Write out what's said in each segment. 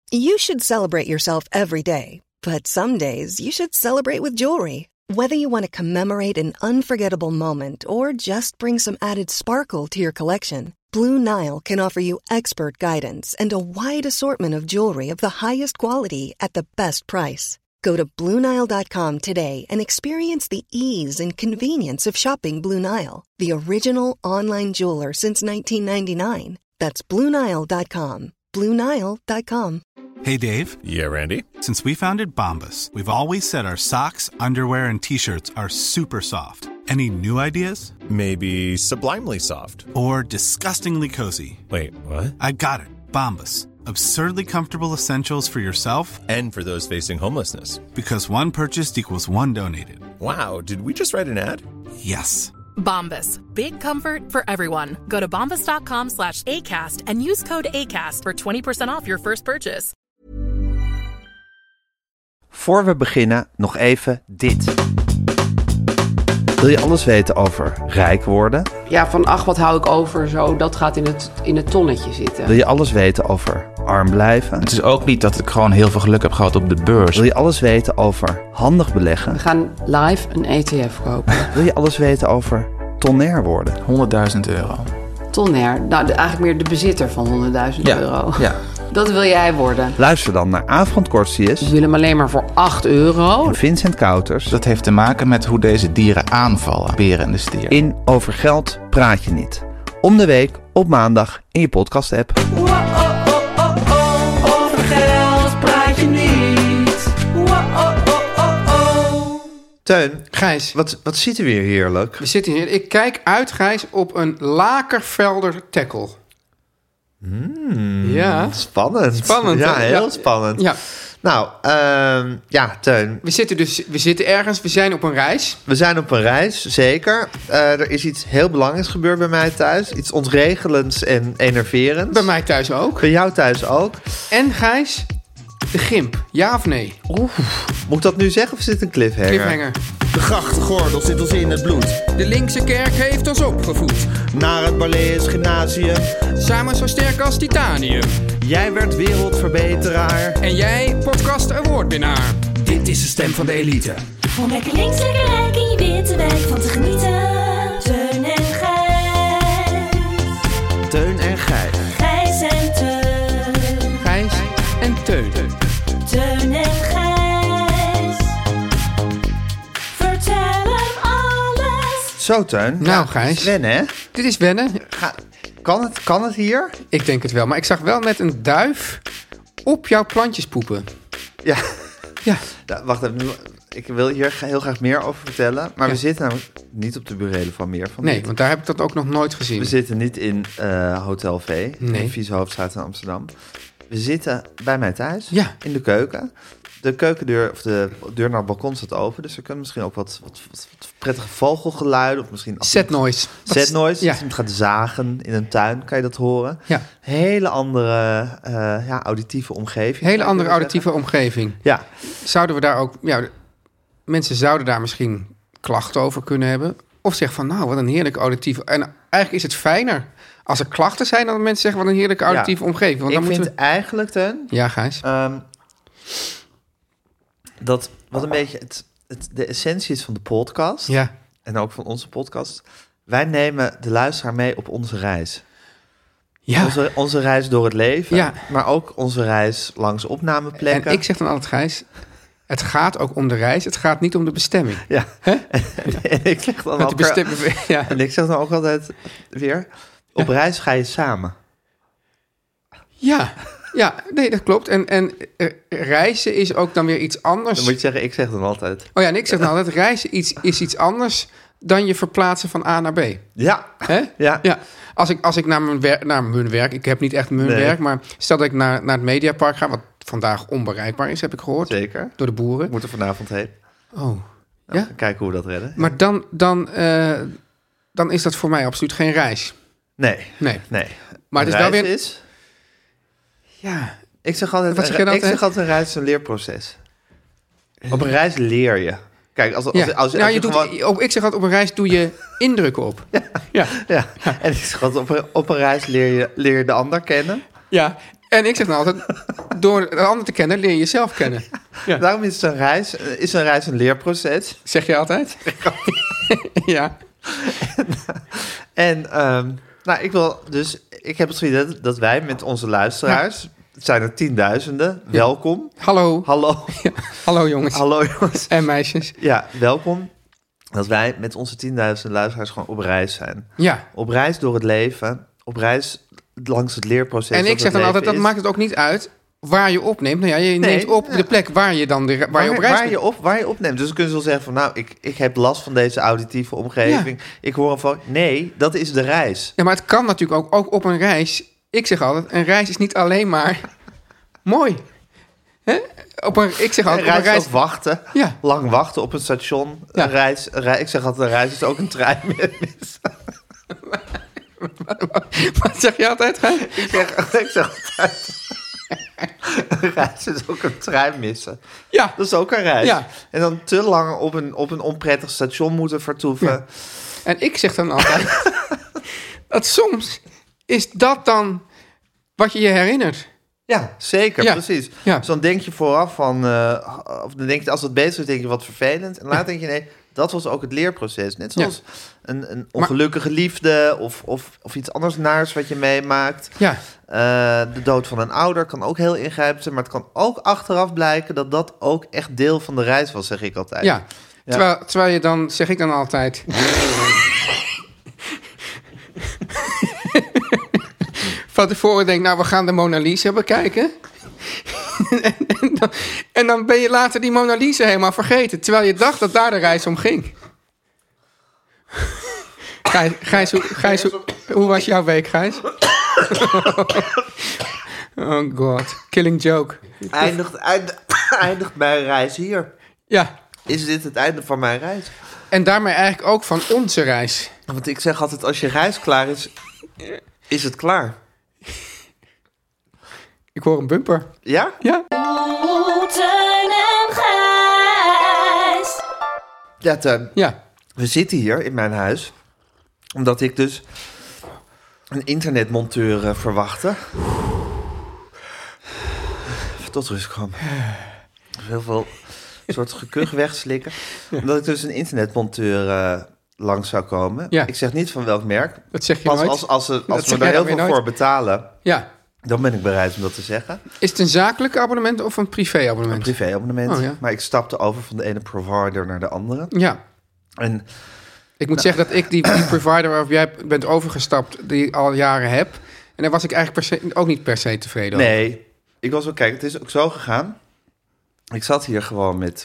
You should celebrate yourself every day, but some days you should celebrate with jewelry. Whether you want to commemorate an unforgettable moment or just bring some added sparkle to your collection, Blue Nile can offer you expert guidance and a wide assortment of jewelry of the highest quality at the best price. Go to BlueNile.com today and experience the ease and convenience of shopping Blue Nile, the original online jeweler since 1999. That's BlueNile.com. BlueNile.com. Hey, Dave. Yeah, Randy. Since we founded Bombas, we've always said our socks, underwear, and T-shirts are super soft. Any new ideas? Maybe sublimely soft. Or disgustingly cozy. Wait, what? I got it. Bombas. Absurdly comfortable essentials for yourself and for those facing homelessness. Because one purchased equals one donated. Wow, did we just write an ad? Yes. Bombas. Big comfort for everyone. Go to bombas.com/ACAST and use code ACAST for 20% off your first purchase. Voor we beginnen nog even dit. Wil je alles weten over rijk worden? Ja, van wat hou ik over, zo, dat gaat in het tonnetje zitten. Wil je alles weten over arm blijven? Het is ook niet dat ik gewoon heel veel geluk heb gehad op de beurs. Wil je alles weten over handig beleggen? We gaan live een ETF kopen. Wil je alles weten over tonner worden? €100.000. Tonner? Nou, eigenlijk meer de bezitter van €100.000. Ja. Dat wil jij worden. Luister dan naar Aafrand Korsius. We willen hem alleen maar voor €8. En Vincent Kouters. Dat heeft te maken met hoe deze dieren aanvallen, beren en de stier. In Over Geld praat je niet. Om de week op maandag in je podcast-app. Over geld praat je niet. Teun, Gijs, wat zitten we hier heerlijk. we zitten hier. Ik kijk uit, Gijs, op een Lakervelder tackle. Ja. Spannend. Ja, hè? heel spannend. Ja. Nou, Teun. We zitten ergens, we zijn op een reis. We zijn op een reis, zeker. Er is iets heel belangrijks gebeurd bij mij thuis. Iets ontregelends en enerverends. Bij mij thuis ook. Bij jou thuis ook. En Gijs, de Gimp, ja of nee? Moet ik dat nu zeggen of zit een cliffhanger? De grachtgordel zit ons in het bloed. De linkse kerk heeft ons opgevoed. Naar het Barlees Gymnasium. Samen zo sterk als titanium. Jij werd wereldverbeteraar. En jij podcast awardwinnaar. Dit is de stem van de elite. Om lekker links, lekker rijk in je witte wijk van te genieten. Teun en Gijs. Teun en Gijs. Gijs en Teun. Gijs en Teun. Teun en Gijs. Vertel hem alles. Zo, Teun. Nou, Gijs. Wennen, hè? Dit is wennen. Kan het hier? Ik denk het wel, maar ik zag wel net een duif op jouw plantjes poepen. Ja. Ja. Nou, wacht even. Ik wil hier heel graag meer over vertellen. Maar we zitten namelijk niet op de burelen van meer. Nee, want daar heb ik dat ook nog nooit gezien. We zitten niet in Hotel V. Nee. In Vieze Hoofdstraat in Amsterdam. We zitten bij mij thuis. Ja. In de keuken. De keukendeur, of de deur naar het balkon staat open. Dus er kunnen misschien ook wat prettige vogelgeluiden. Of misschien Set noise. Ja. Ja. Als iemand gaat zagen in een tuin, kan je dat horen. Ja. Hele andere auditieve omgeving. Hele andere auditieve omgeving. Ja. Zouden we daar ook... Ja, mensen zouden daar misschien klachten over kunnen hebben. Of zeggen van, nou, wat een heerlijke auditieve... En eigenlijk is het fijner als er klachten zijn... dan dat mensen zeggen, wat een heerlijke auditieve omgeving. Want ik dan vind eigenlijk, Teun... Ja, Gijs. Dat wat een beetje de essentie is van de podcast... Ja. En ook van onze podcast... Wij nemen de luisteraar mee op onze reis. Ja. Onze reis door het leven. Ja. Maar ook onze reis langs opnameplekken. En ik zeg dan altijd, Gijs... Het gaat ook om de reis, het gaat niet om de bestemming. Ja. En ik zeg dan ook... Ja. En ik zeg dan ook altijd weer... Op reis ga je samen. Ja, nee, dat klopt. En reizen is ook dan weer iets anders. Dan moet je zeggen, ik zeg dan altijd... Oh ja, en ik zeg dan altijd, reizen is iets anders... dan je verplaatsen van A naar B. Ja. Hè? Ja. Als ik naar mijn werk... Ik heb niet echt mijn werk, maar stel dat ik naar het Mediapark ga... wat vandaag onbereikbaar is, heb ik gehoord. Zeker. Door de boeren. Ik moet er vanavond heen. Oh, ja? Kijken hoe we dat redden. Maar dan is dat voor mij absoluut geen reis. Nee. Maar het is wel weer... is... Ja. Ik zeg altijd, Wat zeg je dan? Ik zeg altijd, een reis is een leerproces. Op een reis leer je. Kijk, als ik zeg altijd, op een reis doe je indrukken op. Ja. En ik zeg altijd, op een reis leer je de ander kennen. Ja, En ik zeg dan altijd, door een ander te kennen, leer je jezelf kennen. Ja. Daarom is een reis een leerproces. Zeg je altijd? Ja. En ik heb het idee dat wij met onze luisteraars, het zijn er tienduizenden, welkom. Hallo. Ja. Hallo jongens. Hallo jongens. En meisjes. Ja, welkom. Dat wij met onze 10.000 luisteraars gewoon op reis zijn. Ja. Op reis door het leven, op reis langs het leerproces. En ik zeg dan altijd, dat maakt het ook niet uit waar je opneemt. Nou ja, je neemt op de plek waar je dan waar je op reis bent. Waar je opneemt. Dus dan kunnen ze wel zeggen van, nou, ik heb last van deze auditieve omgeving. Ja. Ik hoor hem van, nee, dat is de reis. Ja, maar het kan natuurlijk ook op een reis. Ik zeg altijd, een reis is niet alleen maar mooi. Hè? Ik zeg altijd, een reis wachten. Ja. Lang wachten op een station. Ja. Een reis, ik zeg altijd, een reis is ook een trein. Wat zeg je altijd, Gijs? Ik zeg altijd... Een reis is ook een trein missen. Ja. Dat is ook een reis. Ja. En dan te lang op een onprettig station moeten vertoeven. Ja. En ik zeg dan altijd... dat soms is dat dan wat je herinnert. Ja, zeker, precies. Ja. Dus dan denk je vooraf van... of dan denk je, als het bezig is, denk je wat vervelend. En later denk je, nee, dat was ook het leerproces. Net zoals een ongelukkige liefde of iets anders naars wat je meemaakt. Ja. De dood van een ouder kan ook heel ingrijpend zijn. Maar het kan ook achteraf blijken dat dat ook echt deel van de reis was, zeg ik altijd. Ja, ja. Terwijl je dan, zeg ik dan altijd... van tevoren denk, nou, we gaan de Mona Lisa bekijken. en dan ben je later die Mona Lisa helemaal vergeten. Terwijl je dacht dat daar de reis om ging. Gijs, hoe was jouw week, Gijs? Oh god, killing joke. Eindigt mijn reis hier? Ja. Is dit het einde van mijn reis? En daarmee eigenlijk ook van onze reis. Want ik zeg altijd, als je reis klaar is, is het klaar. Ik hoor een bumper. Ja? Ja. Teun en Gijs. Ja, Teun. Ja. We zitten hier in mijn huis, omdat ik dus een internetmonteur verwachtte. Even tot rust komen. Heel veel soort gekuch wegslikken. Ja. Omdat ik dus een internetmonteur langs zou komen. Ja. Ik zeg niet van welk merk. Dat zeg je pas nooit. Als we daar heel veel voor betalen, ja. Dan ben ik bereid om dat te zeggen. Is het een zakelijk abonnement of een privé-abonnement? Een privé-abonnement. Oh, ja. Maar ik stapte over van de ene provider naar de andere. Ja. En ik moet zeggen dat ik die provider waarop jij bent overgestapt, die al jaren heb. En daar was ik eigenlijk ook niet per se tevreden over. Nee, ik was wel, kijk, het is ook zo gegaan. Ik zat hier gewoon met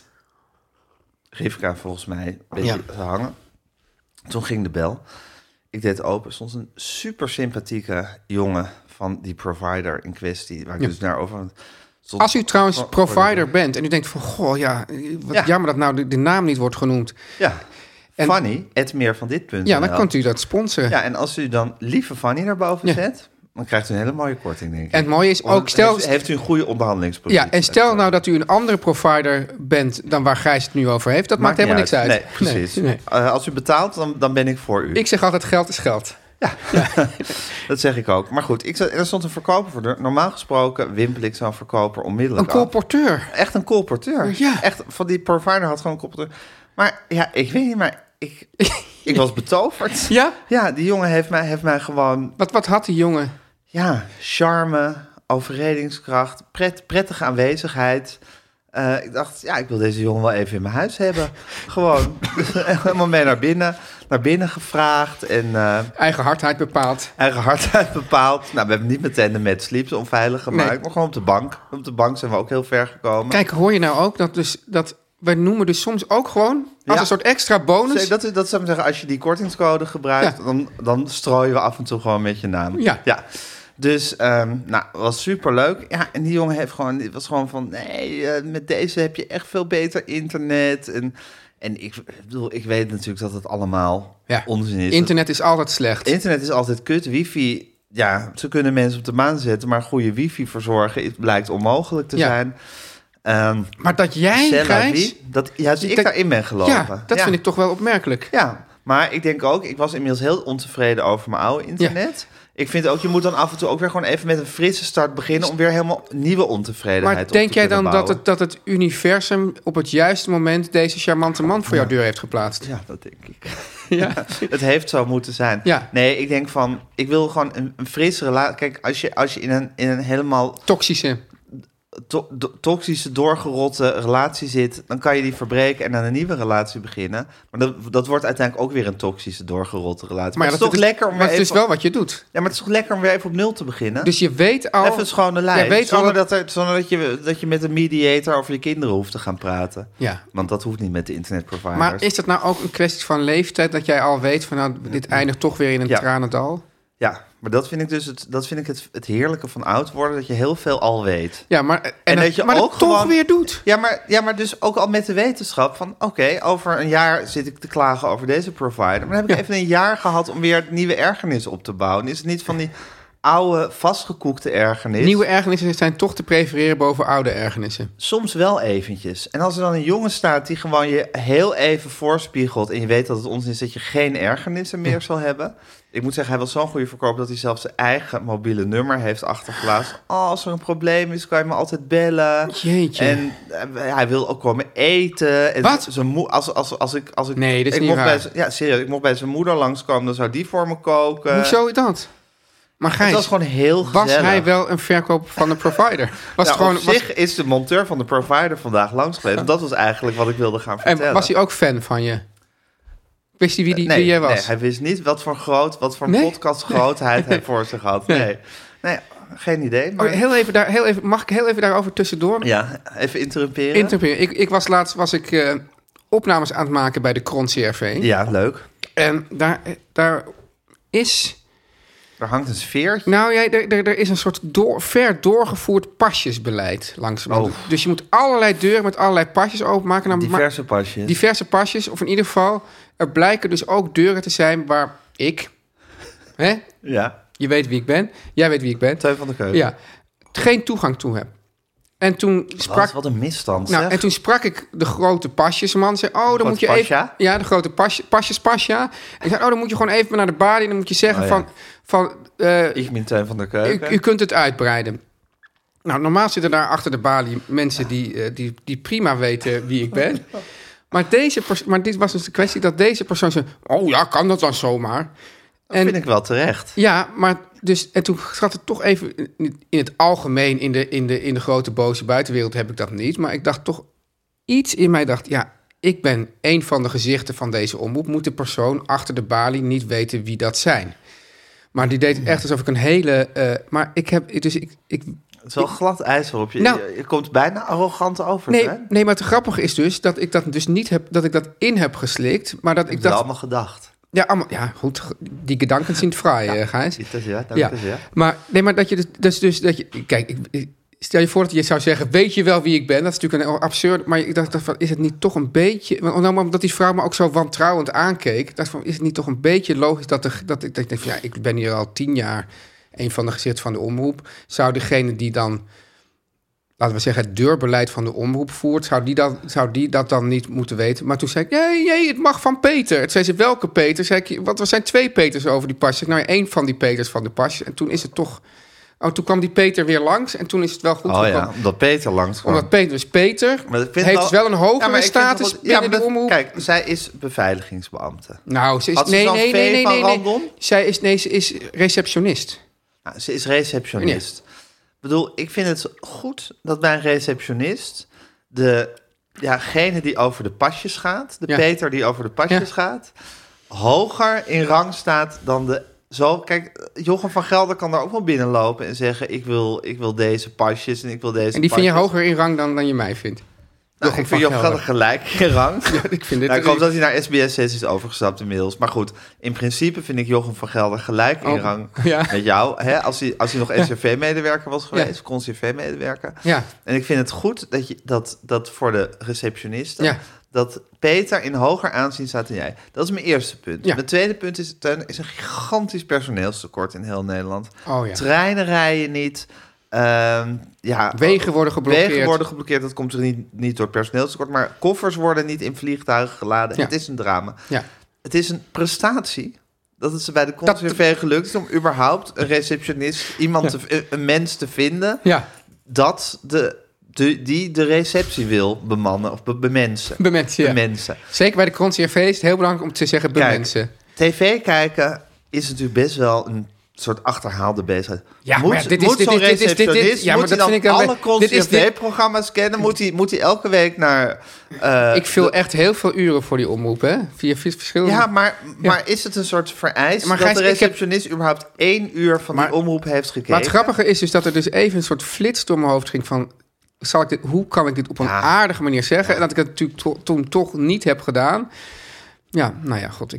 Rivka volgens mij een beetje te hangen. Toen ging de bel. Ik deed open. Er stond een super sympathieke jongen van die provider in kwestie. Waar ik dus naar over... Als u trouwens provider bent en u denkt van... Goh, ja, wat jammer dat nou de naam niet wordt genoemd. Ja, en Fanny, @meervandit.nl. Ja, dan kunt u dat sponsoren. Ja, en als u dan lieve Fanny naar boven zet... dan krijgt u een hele mooie korting, denk ik. En het mooie is ook... Heeft u een goede onderhandelingspositie. Ja, en stel nou dat u een andere provider bent... dan waar Gijs het nu over heeft. Dat maakt helemaal niks uit. Nee, precies. Nee. Als u betaalt, dan ben ik voor u. Ik zeg altijd, geld is geld. Ja, dat zeg ik ook. Maar goed, er stond een verkoper voor de... Normaal gesproken wimpel ik zo'n verkoper onmiddellijk Een colporteur. Echt een colporteur. Ja. Echt, van die provider had gewoon een colporteur. Maar ja, ik weet niet, maar ik was betoverd. Ja? Ja, die jongen heeft mij gewoon... Wat had die jongen? Ja, charme, overredingskracht, prettige aanwezigheid. Ik dacht, ja, ik wil deze jongen wel even in mijn huis hebben. Gewoon helemaal mee naar binnen gevraagd. En, eigen hardheid bepaald. Eigen hardheid bepaald. Nou, we hebben niet meteen de Mad Sleeps onveilig gemaakt, maar gewoon op de bank. Op de bank zijn we ook heel ver gekomen. Kijk, hoor je nou ook dat wij noemen dus soms ook gewoon als een soort extra bonus. Dat zou ik zeggen, als je die kortingscode gebruikt, dan strooien we af en toe gewoon met je naam. Ja. Dus, was superleuk. Ja, en die jongen was gewoon van... nee, met deze heb je echt veel beter internet. En ik bedoel, ik weet natuurlijk dat het allemaal onzin is. Internet is altijd slecht. Internet is altijd kut. Wifi, ja, ze kunnen mensen op de maan zetten... maar goede wifi verzorgen blijkt onmogelijk te zijn. Maar dat jij, Gijs... ik daarin ben gelopen. Ja, dat vind ik toch wel opmerkelijk. Ja, Maar ik denk ook, ik was inmiddels heel ontevreden over mijn oude internet. Ja. Ik vind ook, je moet dan af en toe ook weer gewoon even met een frisse start beginnen om weer helemaal nieuwe ontevredenheid op te Maar denk jij dan bouwen. dat het universum op het juiste moment deze charmante man voor jouw deur heeft geplaatst? Ja, dat denk ik. Ja. Het heeft zo moeten zijn. Ja. Nee, ik denk van, ik wil gewoon een frisse relatie. Kijk, als je in een helemaal toxische, doorgerotte relatie zit, dan kan je die verbreken en aan een nieuwe relatie beginnen. Maar dat wordt uiteindelijk ook weer een toxische, doorgerotte relatie. Maar het is toch lekker om weer het is wel wat je doet. Ja, maar het is toch lekker om weer even op nul te beginnen. Dus je weet al... Even een schone lijn. Zonder dat je met een mediator over je kinderen hoeft te gaan praten. Ja. Want dat hoeft niet met de internetproviders. Maar is dat nou ook een kwestie van leeftijd, dat jij al weet van, nou, dit eindigt toch weer in een tranendal? Ja, maar dat vind ik dus het heerlijke van oud worden, dat je heel veel al weet. Ja, maar dat je maar ook dat toch gewoon weer doet. Ja, maar dus ook al met de wetenschap van, oké, over een jaar zit ik te klagen over deze provider. Maar dan heb ik even een jaar gehad om weer nieuwe ergernis op te bouwen. Is het niet van die oude, vastgekoekte ergernis? Nieuwe ergernissen zijn toch te prefereren boven oude ergernissen. Soms wel eventjes. En als er dan een jongen staat die gewoon je heel even voorspiegelt en je weet dat het onzin is dat je geen ergernissen meer zal hebben. Ik moet zeggen, hij was zo'n goede verkoper dat hij zelfs zijn eigen mobiele nummer heeft achtergelaten. Oh, als er een probleem is, kan je me altijd bellen. Jeetje. En hij wil ook komen eten. En wat? Als ik nee, dat is niet waar. Ja, serieus. Ik mocht bij zijn moeder langskomen, dan zou die voor me koken. Hoezo dat? Maar Gijs, het was gewoon heel gezellig. Was hij wel een verkoper van de provider? Op zich is de monteur van de provider vandaag langs geweest. Dat was eigenlijk wat ik wilde gaan vertellen. En was hij ook fan van je? Wist hij wie jij was? Nee, hij wist niet wat voor podcastgrootheid hij voor zich had. Nee, geen idee. Maar... Mag ik heel even daarover tussendoor? Ja, even interrumperen. Ik was laatst opnames aan het maken bij de Kron CRV. Ja, leuk. En daar is... Er hangt een sfeertje. Nou ja, er is een soort ver doorgevoerd pasjesbeleid langs. Oh. Dus je moet allerlei deuren met allerlei pasjes openmaken. Diverse pasjes. Diverse pasjes. Of in ieder geval, er blijken dus ook deuren te zijn waar ik... Hè? Ja. Je weet wie ik ben. Jij weet wie ik ben. Teun van de Keuken. Ja. Geen toegang toe heb. En toen sprak... Wat een misstand, zeg. En toen sprak ik de grote pasjesman. Zei, dan moet je even... Ja, de grote pasja. En ik zei, dan moet je gewoon even naar de balie. En dan moet je zeggen ik ben Teun van de Keuken. U kunt het uitbreiden. Nou, normaal zitten daar achter de balie mensen die prima weten wie ik ben. Maar dit was dus de kwestie dat deze persoon zei... Oh ja, kan dat dan zomaar? Dat vind ik wel terecht. Ja, maar dus... En toen zat het toch even in het algemeen... In de grote boze buitenwereld heb ik dat niet. Maar ik dacht toch... Iets in mij dacht... Ja, ik ben een van de gezichten van deze omroep. Moet de persoon achter de balie niet weten wie dat zijn? Maar die deed echt alsof ik een hele... maar ik heb... Dus ik het is wel glad ijs waarop je komt bijna arrogant over. Nee, maar het grappige is dus dat ik dat dus niet heb... Dat ik dat in heb geslikt, maar dat ik dat... allemaal gedacht. Ja, goed. Die gedanken zijn fraai, Gijs. Ja. Maar dat je dus dat je... Kijk, stel je voor dat je zou zeggen... Weet je wel wie ik ben? Dat is natuurlijk een absurd... Maar ik dacht van, is het niet toch een beetje... Omdat die vrouw me ook zo wantrouwend aankeek... Dacht van, is het niet toch een beetje logisch dat ik denk van... Ja, ik ben hier al 10 jaar... een van de gezichten van de omroep. Zou degene die dan... Laten we zeggen, het deurbeleid van de omroep voert... Zou die dat dan niet moeten weten? Maar toen zei ik, nee, het mag van Peter. Toen zei ze, welke Peter? Zei ik, want er zijn 2 Peters over die pasjes. Nou, 1 van die Peters van de pasjes. En toen is het toch... toen kwam die Peter weer langs en toen is het wel goed gekomen. Ja, omdat Peter langs kwam. Omdat Peter heeft dus wel een hogere status binnen de omroep. Kijk, zij is beveiligingsbeambte. Nou, ze is... Nee. Ze is receptionist. Nou, ze is receptionist. Ik bedoel, ik vind het goed dat bij een receptionist... degene die over de pasjes gaat... Peter die over de pasjes gaat... hoger in rang staat dan de... Kijk, Jochem van Gelder kan daar ook wel binnenlopen... en zeggen, ik wil deze pasjes en ik wil deze pasjes. En die vind je hoger in rang dan je mij vindt? Nou, ik vind Jochem Gelder gelijk in rang. Ja, ik hoop dat hij naar SBS 6 is overgestapt inmiddels. Maar goed, in principe vind ik Jochem van Gelder gelijk in rang met jou. Hè? Als hij nog NCRV-medewerker was geweest, ConCRV-medewerker. Ja. En ik vind het goed dat voor de receptionisten... dat Peter in hoger aanzien staat dan jij. Dat is mijn eerste punt. Ja. Mijn tweede punt is een gigantisch personeelstekort in heel Nederland. Oh, ja. Treinen rijden niet... wegen worden geblokkeerd. Dat komt er niet door het personeelstekort. Maar koffers worden niet in vliegtuigen geladen. Ja. Het is een drama. Ja. het is een prestatie dat het ze bij de Conciervé gelukt is om überhaupt een receptionist, een mens te vinden dat die de receptie wil bemannen of bemensen. Bemensen. Zeker bij de Conciervé is het heel belangrijk om te zeggen bemensen. TV kijken is natuurlijk best wel een soort achterhaalde bezigheid. Ja, moet maar zo'n receptionist maar moet hij dan alle Conciervé-programma's kennen? Moet hij elke week naar... ik vul echt heel veel uren voor die omroep, hè? Via verschillende... Ja, maar is het een soort vereis dat de receptionist überhaupt 1 uur van die omroep heeft gekeken? Maar het grappige is dus dat er dus even een soort flits door mijn hoofd ging van... hoe kan ik dit op een aardige manier zeggen? Ja. En dat ik het natuurlijk toen toch niet heb gedaan... Ja, nou ja, god, ik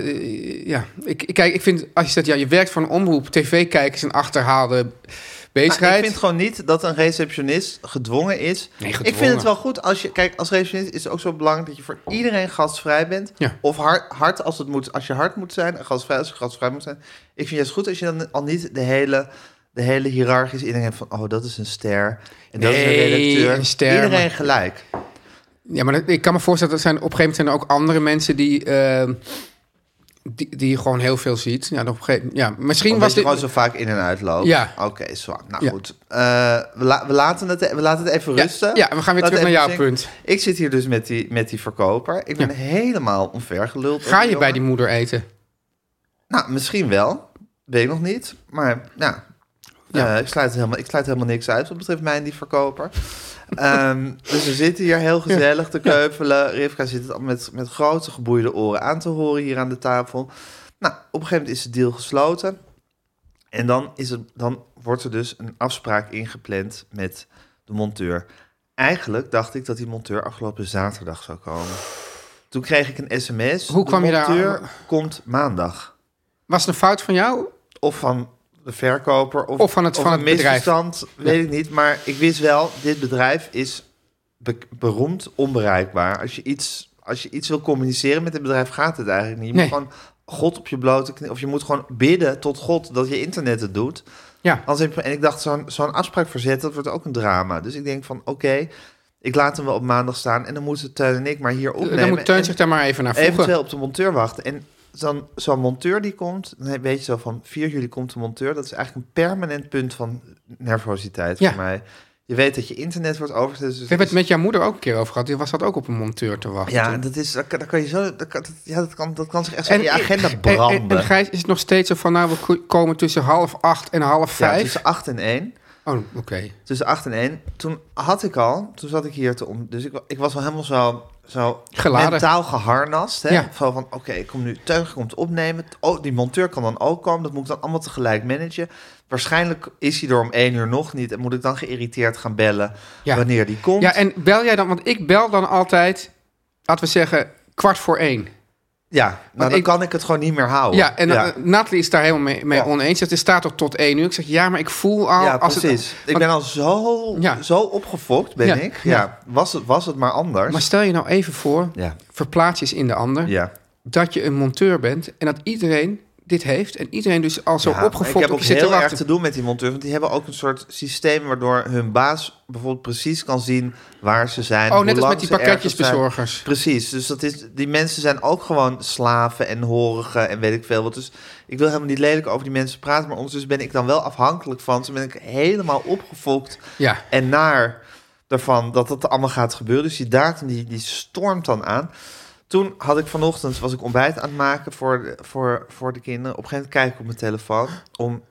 vind, als je zegt, je werkt voor een omroep, tv kijken is een achterhaalde bezigheid. Ik vind gewoon niet dat een receptionist gedwongen is. Nee, gedwongen. Ik vind het wel goed als als receptionist is het ook zo belangrijk dat je voor iedereen gastvrij bent. Ja. Of hard als het moet, als je hard moet zijn, en gastvrij als je gastvrij moet zijn. Ik vind het goed als je dan al niet de hele hiërarchische iedereen van, dat is een ster en dat is een redacteur. Een ster, iedereen gelijk. Ja, maar ik kan me voorstellen dat op een gegeven moment zijn er ook andere mensen die je gewoon heel veel ziet. Ja, op een gegeven moment, misschien omdat was je gewoon zo vaak in en uit loopt. Ja. Oké, zwak. Nou goed. We laten het even rusten. Ja, we gaan weer terug naar jouw punt. Ik zit hier dus met die verkoper. Ik ben helemaal omvergeluld. Ga je bij die moeder eten? Nou, misschien wel. Weet ik nog niet. Maar ik sluit helemaal niks uit wat betreft mij en die verkoper. Dus we zitten hier heel gezellig te keuvelen. Rivka zit al met grote geboeide oren aan te horen hier aan de tafel. Nou, op een gegeven moment is de deal gesloten. En dan wordt er dus een afspraak ingepland met de monteur. Eigenlijk dacht ik dat die monteur afgelopen zaterdag zou komen. Toen kreeg ik een sms. Hoe kwam je daar? De monteur komt maandag. Was het een fout van jou? Of van de verkoper of van het misverstand, weet ik niet. Maar ik wist wel, dit bedrijf is beroemd onbereikbaar. Als je iets wil communiceren met dit bedrijf, gaat het eigenlijk niet. Je moet gewoon God op je blote knie, of je moet gewoon bidden tot God dat je internet het doet. Ja. En ik dacht, zo'n afspraak verzetten, dat wordt ook een drama. Dus ik denk van, oké, ik laat hem wel op maandag staan en dan moeten Teun en ik maar hier opnemen. Dan moet Teun zich daar maar even naar voegen. Eventueel op de monteur wachten. En zo'n monteur die komt, dan weet je zo van 4 juli komt de monteur. Dat is eigenlijk een permanent punt van nervositeit voor mij. Je weet dat je internet wordt overgezet. Dus we hebben het met jouw moeder ook een keer over gehad. Die was dat ook op een monteur te wachten. Ja, dat kan zich echt zo in je agenda branden. En Gijs, is het nog steeds zo van, we komen tussen 7:30 en 4:30? Ja, tussen 8 en 1. Oh, oké. Tussen 8 en 1. Toen zat ik hier dus ik was wel helemaal zo geladen, mentaal geharnast. Hè? Ja. Van oké, ik kom nu Teun komt opnemen. Die monteur kan dan ook komen. Dat moet ik dan allemaal tegelijk managen. Waarschijnlijk is hij er om 1 uur nog niet. En moet ik dan geïrriteerd gaan bellen wanneer die komt. Ja, en bel jij dan? Want ik bel dan altijd, laten we zeggen, 1:15. Ja, nou dan kan ik het gewoon niet meer houden. Ja, en Nathalie is daar helemaal mee oneens. Het staat ook tot 1 uur. Ik zeg, maar ik voel al... Ja, precies. Ik ben al zo opgefokt, ben ik. Ja. Was het maar anders. Maar stel je nou even voor, verplaats je eens in de ander... dat je een monteur bent en dat iedereen dit heeft... en iedereen dus al zo opgefokt op je zit te wachten. Ik heb ook heel erg te doen met die monteurs... want die hebben ook een soort systeem... waardoor hun baas bijvoorbeeld precies kan zien waar ze zijn. Oh, net als met die pakketjesbezorgers. Precies, dus die mensen zijn ook gewoon slaven en horigen en weet ik veel wat. Dus ik wil helemaal niet lelijk over die mensen praten... maar ondertussen ben ik dan wel afhankelijk van ze. Ben ik helemaal opgefokt en naar daarvan dat dat allemaal gaat gebeuren. Dus die datum die stormt dan aan... Toen was ik ontbijt aan het maken voor de kinderen. Op een gegeven moment kijk ik op mijn telefoon om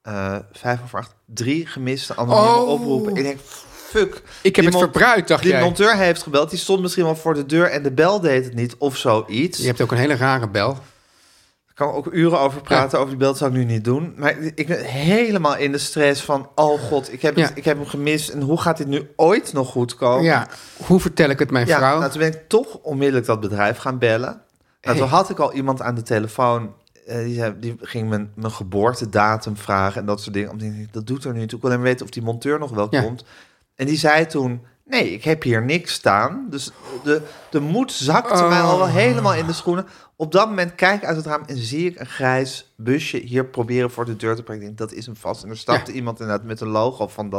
7:55 3 gemiste anonieme oproepen. Ik denk, fuck. Ik heb het verbruikt, dacht jij. Die monteur heeft gebeld. Die stond misschien wel voor de deur en de bel deed het niet of zoiets. Je hebt ook een hele rare bel. Ik kan ook uren over praten, over die beeld zou ik nu niet doen. Maar ik ben helemaal in de stress van... oh god, ik heb hem gemist... en hoe gaat dit nu ooit nog goed komen? Ja, hoe vertel ik het mijn vrouw? Nou, toen ben ik toch onmiddellijk dat bedrijf gaan bellen. Nou, toen had ik al iemand aan de telefoon... die ging mijn geboortedatum vragen... en dat soort dingen. Dat doet er nu toe. Ik wil alleen weten of die monteur nog wel komt. En die zei toen... nee, ik heb hier niks staan. Dus de moed zakte mij al wel helemaal in de schoenen... Op dat moment kijk ik uit het raam en zie ik een grijs busje hier proberen voor de deur te brengen. Dat is hem vast. En er stapte iemand inderdaad met een logo van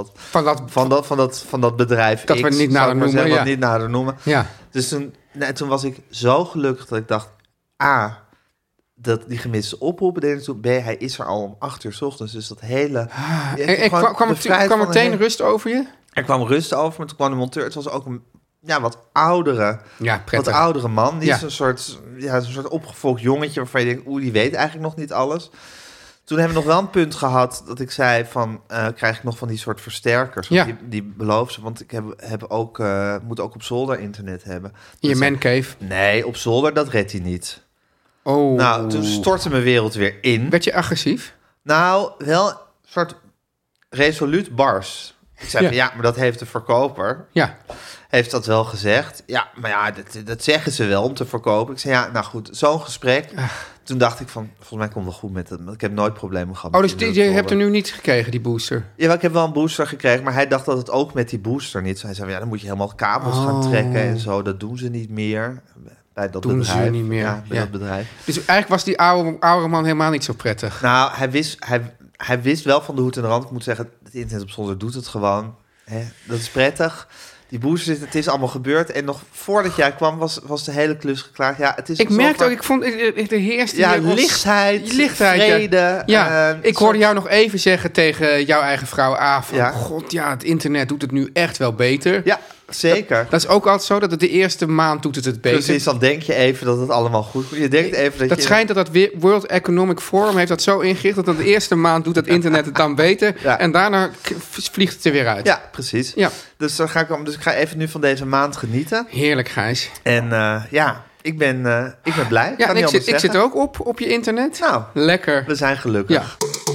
dat bedrijf. Dat we niet nader noemen. Niet nader noemen. Ja. Dus toen was ik zo gelukkig dat ik dacht, A, die gemiste oproepen deden toe. B, hij is er al om 8:00 's ochtends. Dus dat hele... kwam meteen rust over je? Er kwam rust over, maar toen kwam de monteur. Het was ook een wat oudere man. Die is een soort opgefokt jongetje waarvan je denkt, die weet eigenlijk nog niet alles. Toen hebben we nog wel een punt gehad dat ik zei van, krijg ik nog van die soort versterkers? Ja. Die beloof ze, want ik moet ook op zolder internet hebben. In je mancave? Nee, op zolder, dat redt hij niet. Oh. Nou, toen stortte mijn wereld weer in. Werd je agressief? Nou, wel een soort resoluut bars. Ik zei van, maar dat heeft de verkoper. Ja. Heeft dat wel gezegd. Ja, maar ja, dat zeggen ze wel om te verkopen. Ik zei, nou goed, zo'n gesprek. Toen dacht ik van, volgens mij komt het wel goed met het. Ik heb nooit problemen gehad. Oh, dus je hebt er nu niet gekregen, die booster? Ja, ik heb wel een booster gekregen, maar hij dacht dat het ook met die booster niet. Hij zei, dan moet je helemaal kabels gaan trekken en zo. Dat doen ze niet meer. Bij dat doen bedrijf. Ze niet meer. Ja, bij dat bedrijf. Dus eigenlijk was die oude man helemaal niet zo prettig. Nou, hij wist wel van de hoed en de rand. Ik moet zeggen, het internet op zolder doet het gewoon. Dat is prettig. Die booster, het is allemaal gebeurd. En nog voordat jij kwam, was de hele klus geklaard. Ja, het is ik merkte ook, ik vond de heerste... Ja, lichtheid, vrede. Ja, ik hoorde jou nog even zeggen tegen jouw eigen vrouw... God, het internet doet het nu echt wel beter. Ja, zeker. Dat is ook altijd zo, dat het de eerste maand doet het beter. Precies, dan denk je even dat het allemaal goed is. Je denkt even dat schijnt dat World Economic Forum heeft dat zo ingericht... dat de eerste maand doet het internet het dan beter... en daarna vliegt het er weer uit. Ja, precies. Ja. Dus ik ga even nu van deze maand genieten. Heerlijk, Gijs. En ik ben blij. Ja, ik zit ook op je internet. Nou, lekker. We zijn gelukkig. Ja.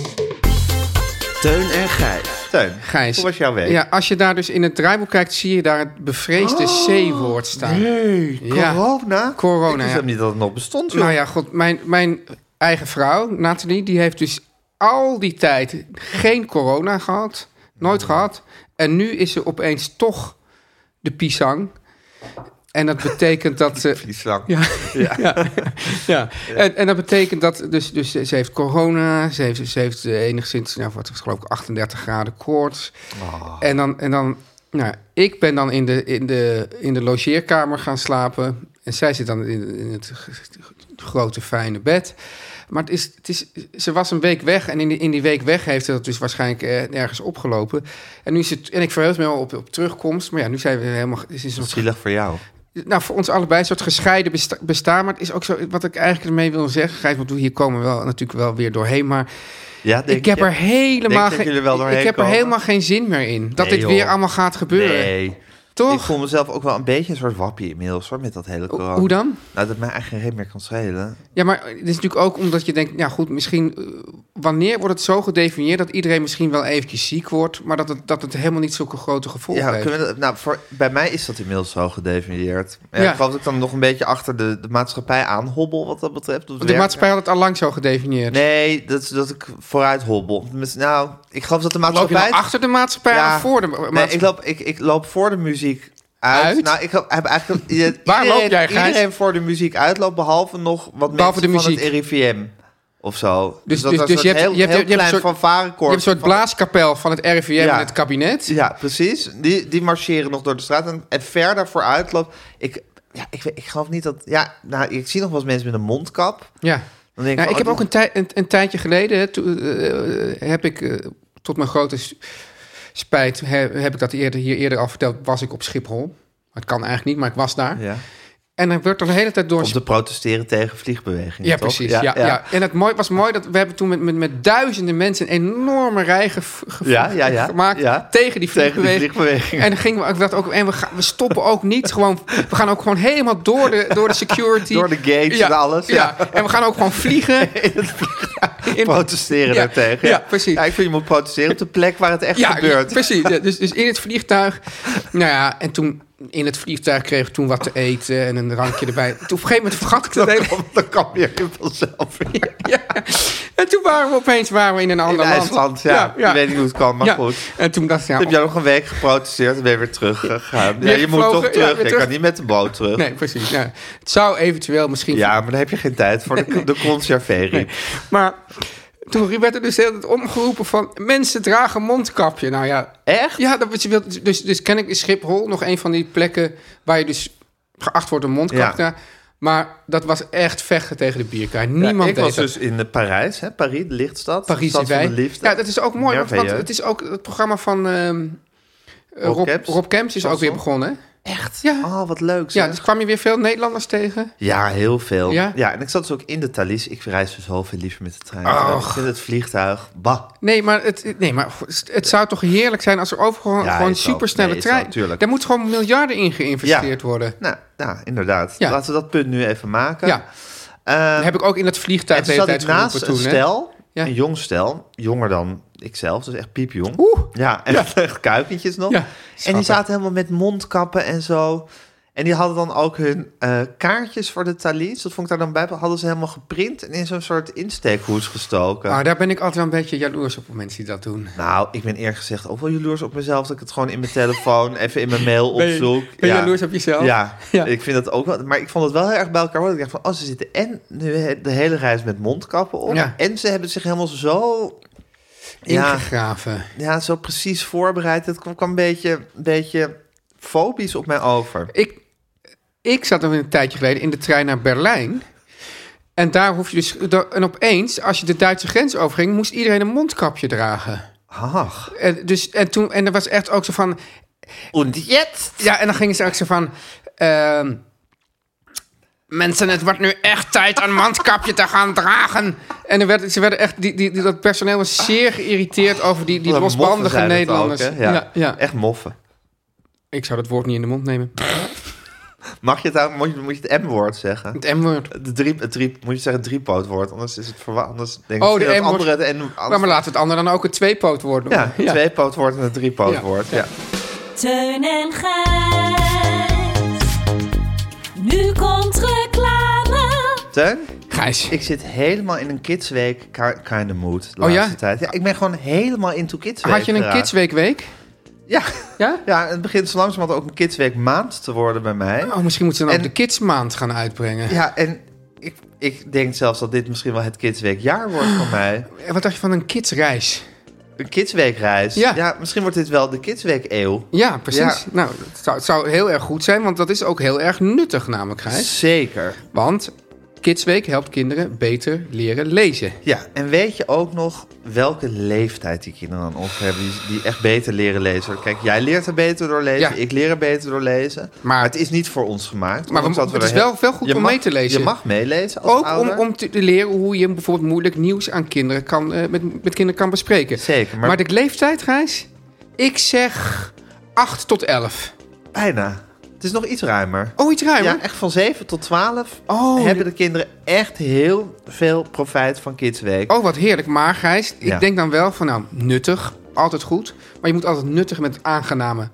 Teun en Gijs. Gijs, hoe was jouw week? Ja, als je daar dus in het draaiboek kijkt, zie je daar het bevreesde C-woord staan. Nee, corona? Corona, Ik wist niet dat het nog bestond, joh. Nou ja, goed, mijn eigen vrouw, Nathalie, die heeft dus al die tijd geen corona gehad. Nooit gehad. En nu is ze opeens toch de pisang. En dat betekent dat ze... Pisang. Ja. En dat betekent dat... Dus ze heeft corona. Ze heeft enigszins... geloof ik 38 graden koorts. Oh. En dan ik ben dan in de logeerkamer gaan slapen. En zij zit dan in het grote, fijne bed. Maar ze was een week weg. En in die week weg heeft ze dat dus waarschijnlijk ergens opgelopen. En ik verheug me wel op terugkomst. Maar ja, nu zijn we helemaal... Het is zielig voor jou. Nou, voor ons allebei een soort gescheiden bestaan. Maar het is ook zo, wat ik eigenlijk ermee wil zeggen... Gijs, want hier komen we natuurlijk wel weer doorheen. Maar ik heb er helemaal geen zin meer in. Dat dit weer allemaal gaat gebeuren. Nee. Toch? Ik voel mezelf ook wel een beetje een soort wappie inmiddels, hoor, met dat hele corona. Hoe dan? Nou, dat mij eigenlijk geen meer kan schelen. Ja, maar het is natuurlijk ook omdat je denkt... Ja, goed, misschien... wanneer wordt het zo gedefinieerd dat iedereen misschien wel eventjes ziek wordt... maar dat het helemaal niet zulke grote gevolgen heeft? Bij mij is dat inmiddels zo gedefinieerd. Ja. Ik geloof dat ik dan nog een beetje achter de maatschappij aanhobbel wat dat betreft. De maatschappij had het al lang zo gedefinieerd. Nee, dat ik vooruit hobbel. Nou, ik geloof dat de maatschappij... Loop je nou achter de maatschappij of voor de maatschappij? Nee, ik loop voor de muziek uit? Nou, ik heb eigenlijk... Waar loop jij, Gijs? Iedereen voor de muziek uitloopt, behalve nog wat mensen van het RIVM of zo. Dus je hebt een soort blaaskapel van het RIVM en het kabinet. Ja, precies. Die marcheren nog door de straat en verder vooruit loopt. Ik geloof niet dat... Ja, nou, ik zie nog wel eens mensen met een mondkap. Ja. Dan denk ik heb ook een tijdje geleden... heb ik tot mijn grote... spijt, heb ik dat hier eerder al verteld, was ik op Schiphol. Het kan eigenlijk niet, maar ik was daar. Ja. En dan werd er de hele tijd door... Om te protesteren tegen vliegbewegingen, ja, toch? Precies, ja. En het was mooi dat we hebben toen met duizenden mensen... een enorme rij gemaakt tegen die vliegbeweging. En dan gingen we dat ook... En we stoppen ook niet gewoon... We gaan ook gewoon helemaal door de security. Door de gates en alles. Ja. En we gaan ook gewoon vliegen. Protesteren daartegen. Ja, precies. Ja, ik vind je moet protesteren op de plek waar het echt gebeurt. Precies. Dus in het vliegtuig... Nou ja, en toen... In het vliegtuig kreeg ik toen wat te eten en een drankje erbij. Toen op een gegeven moment vergat ik dat dat kan weer vanzelf. Ja. En toen waren we in een ander land. IJsland, ja. Ik weet niet hoe het kan, maar goed. En toen dacht ik... Toen heb jij nog een week geprotesteerd en ben je weer teruggegaan. Ja, je moet toch terug. Je kan niet met de boot terug. Nee, precies. Ja. Het zou eventueel misschien... Ja, maar daar heb je geen tijd voor de conservering. Nee. Maar... Toen werd er dus heel tijd omgeroepen van... mensen dragen mondkapje. Nou ja... Echt? Ja, dus ken ik in Schiphol nog een van die plekken... waar je dus geacht wordt een mondkapje. Ja. Maar dat was echt vechten tegen de bierkaai. Niemand ik deed was dat. dus in Parijs, hè? Paris, de lichtstad. Paris stad van de wij. liefde. Ja, dat is ook mooi. Want het is ook het programma van Rob Kemps is ook weer begonnen. Hè? Echt? Ja. Oh, wat leuk. Ja, dus kwam je weer veel Nederlanders tegen? Ja, heel veel. Ja? En ik zat dus ook in de Thalys. Ik reis dus zoveel liever met de trein. Och. Ik vind het vliegtuig, bah. Nee, maar het zou toch heerlijk zijn als er overal gewoon supersnelle trein... Daar moet gewoon miljarden in geïnvesteerd worden. Nou, inderdaad. Ja. Laten we dat punt nu even maken. Ja. Heb ik ook in het vliegtuig en toen zat ik naast een stel, Ja. een jong stel, jonger dan ikzelf, dus echt piepjong. Oeh. Ja, echt kuikentjes nog. Ja, en die zaten helemaal met mondkappen en zo. En die hadden dan ook hun kaartjes voor de Thalys. Dat vond ik daar dan bij. Hadden ze helemaal geprint en in zo'n soort insteekhoes gestoken. Ah, daar ben ik altijd wel een beetje jaloers op mensen die dat doen. Nou, ik ben eerlijk gezegd ook wel jaloers op mezelf... dat ik het gewoon in mijn telefoon even in mijn mail opzoek. Ben je jaloers op jezelf? Ja, ik vind dat ook wel. Maar ik vond het wel heel erg bij elkaar horen. Ik dacht van, ze zitten en nu de hele reis met mondkappen op. Ja. En ze hebben zich helemaal zo... ingegraven. Ja, zo precies voorbereid. Het kwam een beetje fobisch op mij over. Ik zat nog een tijdje geleden in de trein naar Berlijn. En daar hoef je dus... En opeens, als je de Duitse grens overging... moest iedereen een mondkapje dragen. Ach. En er was echt ook zo van... Und jetzt? Ja, en dan gingen ze ook zo van... mensen, het wordt nu echt tijd een mondkapje te gaan dragen. En ze werden echt... dat personeel was zeer geïrriteerd over die losbandige Nederlanders. Ook, ja. Echt moffen. Ik zou dat woord niet in de mond nemen. Mag je het moet je het M-woord zeggen? Het M-woord. Moet je zeggen het driepootwoord, anders is het verwacht. Anders denk ik de M-woord. Andere het Maar laten we het andere dan ook het tweepootwoord noemen. Ja, tweepootwoord en het driepootwoord. Ja. Teun en Gijs. Nu komt reclame. Teun? Gijs. Ik zit helemaal in een Kidsweek kind of mood de laatste tijd. Ja, ik ben gewoon helemaal into Kidsweek. Had je een Kidsweek-week? Ja. Het begint zo langzamerhand ook een Kidsweek maand te worden bij mij. Oh, misschien moeten ze dan ook de Kidsmaand gaan uitbrengen. Ja, en ik denk zelfs dat dit misschien wel het Kidsweekjaar wordt voor mij. Wat dacht je van een kidsreis? Een Kidsweekreis? Ja, misschien wordt dit wel de Kidsweek-eeuw. Ja, precies. Ja. Nou, het zou heel erg goed zijn, want dat is ook heel erg nuttig namelijk, Gijs. Zeker. Want Kidsweek helpt kinderen beter leren lezen. Ja, en weet je ook nog welke leeftijd die kinderen dan ongeveer hebben die echt beter leren lezen? Kijk, jij leert er beter door lezen, ik leer er beter door lezen. Maar het is niet voor ons gemaakt. Maar het is wel goed om mee te lezen. Je mag meelezen als ook ouder. om te leren hoe je bijvoorbeeld moeilijk nieuws aan kinderen met kinderen kan bespreken. Zeker. Maar de leeftijd, Gijs? Ik zeg 8 tot 11. Bijna. Het is nog iets ruimer. Oh, iets ruimer? Ja, echt van 7 tot 12 hebben de kinderen echt heel veel profijt van Kidsweek. Oh, wat heerlijk. Maar Gijs, ik denk dan wel van nuttig, altijd goed. Maar je moet altijd nuttig met het aangename.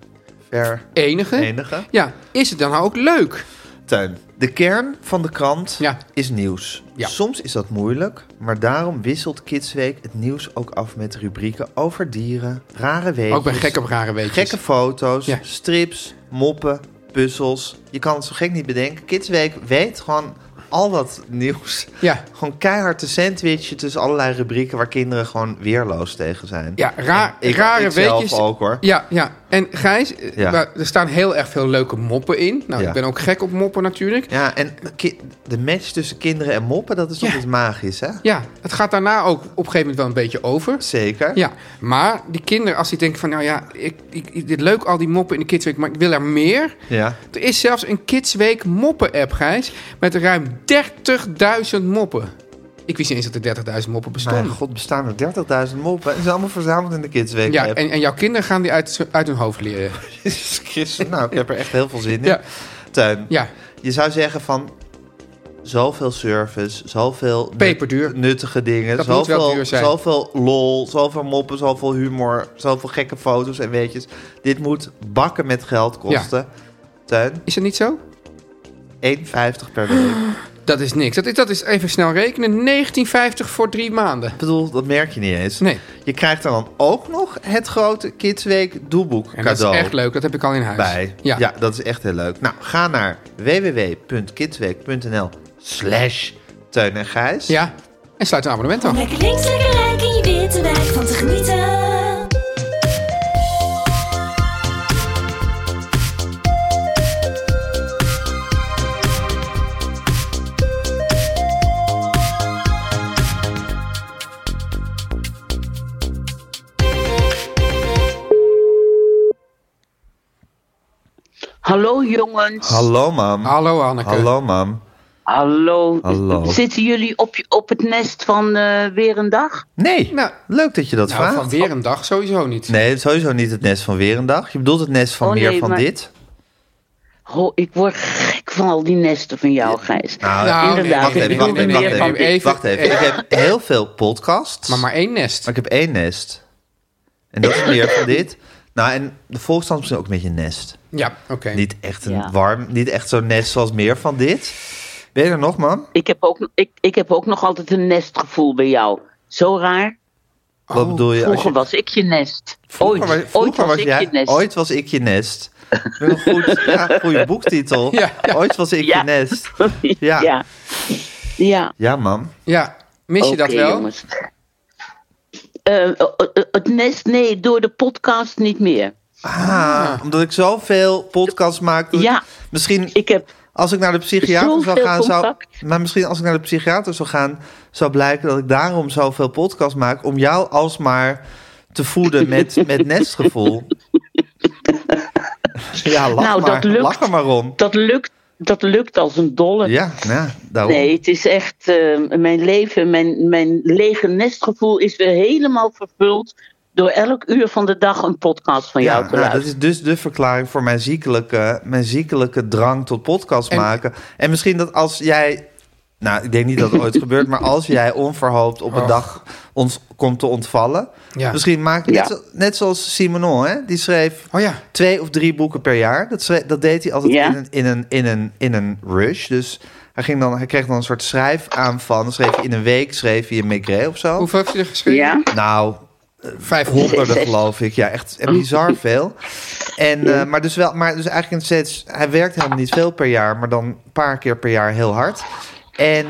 Enige. Ja, is het dan ook leuk? Teun, de kern van de krant is nieuws. Ja. Soms is dat moeilijk, maar daarom wisselt Kidsweek het nieuws ook af met rubrieken over dieren, rare weetjes. Ook ben gek op rare weetjes. Gekke foto's, strips, moppen, puzzels. Je kan het zo gek niet bedenken. Kidsweek weet gewoon al dat nieuws. Ja. Gewoon keihard te sandwichen tussen allerlei rubrieken waar kinderen gewoon weerloos tegen zijn. Ja, rare weetjes. zelf ook hoor. Ja. En Gijs, er staan heel erg veel leuke moppen in. Nou, ik ben ook gek op moppen natuurlijk. Ja, en de match tussen kinderen en moppen, dat is toch iets magisch, hè? Ja, het gaat daarna ook op een gegeven moment wel een beetje over. Zeker. Ja, maar die kinderen, als die denken van, nou ja, dit leuk al die moppen in de Kidsweek, maar ik wil er meer. Ja. Er is zelfs een Kidsweek moppen-app, Gijs, met ruim 30.000 moppen. Ik wist niet eens dat er 30.000 moppen bestonden. Mijn god, bestaan er 30.000 moppen? En ze zijn allemaal verzameld in de Kidsweek. Ja, en jouw kinderen gaan die uit hun hoofd leren. Jezus Christus, nou, ik heb er echt heel veel zin in. Ja. Teun, je zou zeggen van zoveel service, zoveel peperduur nuttige dingen, dat moet wel duur zijn. Zoveel lol, zoveel moppen, zoveel humor, zoveel gekke foto's en weetjes. Dit moet bakken met geld kosten. Ja. Teun? Is dat niet zo? 1,50 per week. Dat is niks. Dat is even snel rekenen. 19,50 voor 3 maanden. Ik bedoel, dat merk je niet eens. Nee. Je krijgt er dan ook nog het grote Kidsweek doelboek cadeau. Dat is echt leuk. Dat heb ik al in huis. Bij. Ja, dat is echt heel leuk. Nou, ga naar www.kidsweek.nl/Teun en Gijs. Ja, en sluit een abonnement af. Lekker links, lekker rijk in je witte wijk van te genieten. Hallo jongens. Hallo, mam. Hallo, Anneke. Hallo, mam. Hallo. Hallo. Zitten jullie op het nest van Weer een Dag? Nee, Nou, leuk dat je dat vraagt. van Weer een Dag sowieso niet. Nee, sowieso niet het nest van Weer een Dag. Je bedoelt het nest van meer van dit? Oh, ik word gek van al die nesten van jou, Gijs. Nou, inderdaad. Wacht even. Ik heb heel veel podcasts. Maar één nest. Maar ik heb 1 nest. En dat is meer van dit. Nou, en de Volkskrant is misschien ook een beetje een nest. Ja, oké. Niet echt niet echt zo'n nest zoals meer van dit. Ben je er nog, man? Ik heb ook nog altijd een nestgevoel bij jou. Zo raar. Wat bedoel je? Vroeger was ik je nest. Ooit was ik je nest. Een goede boektitel. Ja. Ooit was ik je nest. Ja, man. Ja, mis je dat wel? Jongens. Het nest, nee, door de podcast niet meer. Omdat ik zoveel podcasts maak. Misschien... Als ik naar de psychiater zou gaan, zou blijken dat ik daarom zoveel podcasts maak om jou alsmaar te voeden met nestgevoel. Ja, lach er maar om. Dat lukt als een dolle. Ja, daarom. Nee, het is echt mijn leven, mijn lege nestgevoel is weer helemaal vervuld door elk uur van de dag een podcast van jou te luisteren. Dat is dus de verklaring voor mijn ziekelijke drang tot podcast maken. En misschien dat als jij... Nou, ik denk niet dat het ooit gebeurt, maar als jij onverhoopt op een dag ons komt te ontvallen... Ja. Misschien maak je net zoals Simonon, hè? Die schreef 2 of 3 boeken per jaar. Dat deed hij altijd in een rush. Dus hij kreeg dan een soort schrijfaanval. Dan schreef hij in een week een Maigret of zo. Hoeveel heb je er geschreven? Ja. Nou... 500 geloof ik, echt bizar veel. En, maar dus eigenlijk steeds... Hij werkt helemaal niet veel per jaar, maar dan een paar keer per jaar heel hard. En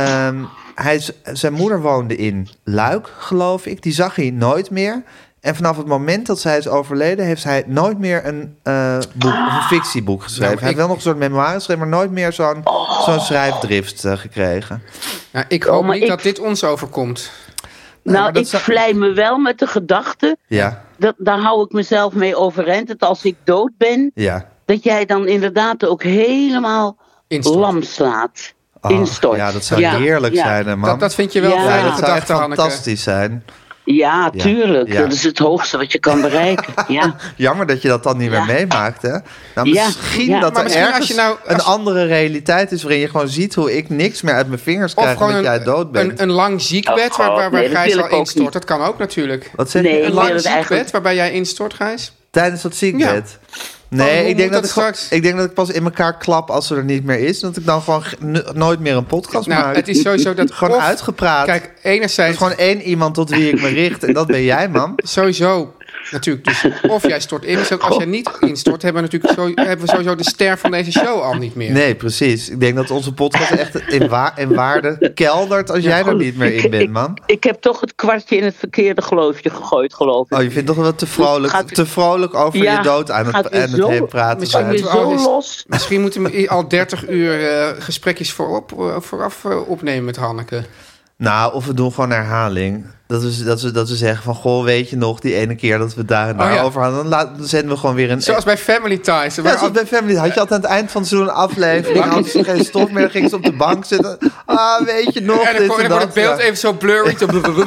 zijn moeder woonde in Luik, geloof ik. Die zag hij nooit meer. En vanaf het moment dat zij is overleden... heeft hij nooit meer een boek of een fictieboek geschreven. Hij heeft wel nog een soort memoires geschreven... maar nooit meer zo'n schrijfdrift gekregen. Nou, ik hoop niet dat dit ons overkomt. Nou, ik vlei me wel met de gedachte... Daar hou ik mezelf mee overeind... dat als ik dood ben... dat jij dan inderdaad ook helemaal lam slaat. Instort. Ja, dat zou heerlijk zijn, hè, man. Dat vind je wel een fijne gedachte, dat zou echt fantastisch zijn. Ja, tuurlijk. Ja. Dat is het hoogste wat je kan bereiken. Ja. Jammer dat je dat dan niet meer meemaakt, hè? Nou, misschien dat er ergens een andere realiteit is... waarin je gewoon ziet hoe ik niks meer uit mijn vingers krijg... omdat jij dood bent. Een lang ziekbed waar Gijs al instort. Dat kan ook natuurlijk. Wat zeg je? Een lang ziekbed waarbij jij instort, Gijs? Tijdens dat ziekbed? Ja. Nee, ik denk dat ik pas in elkaar klap als ze er niet meer is. Dat ik dan gewoon nooit meer een podcast maak. Het is sowieso dat gewoon uitgepraat. Kijk, enerzijds... Er is gewoon 1 iemand tot wie ik me richt. En dat ben jij, man. Sowieso. Natuurlijk. Dus of jij stort in. Dus ook als jij niet instort, hebben we sowieso de ster van deze show al niet meer. Nee, precies. Ik denk dat onze podcast echt in waarde keldert als jij er niet meer in bent, man. Ik heb toch het kwartje in het verkeerde geloofje gegooid, geloof ik. Oh, je vindt toch wel te vrolijk over je dood aan het heen praten. Misschien moeten we al 30 uur gesprekjes vooraf opnemen met Hanneke. Nou, of we doen gewoon herhaling. Dat we zeggen van... Goh, weet je nog, die ene keer dat we daar en daar over hadden... Dan zenden we gewoon weer een... Zoals bij Family Ties. Ja, zoals bij Family Ties. Had je altijd aan het eind van het seizoen een aflevering... hadden ze geen stof meer, dan gingen ze op de bank zitten. Weet je nog, en dan wordt het beeld even zo blurry.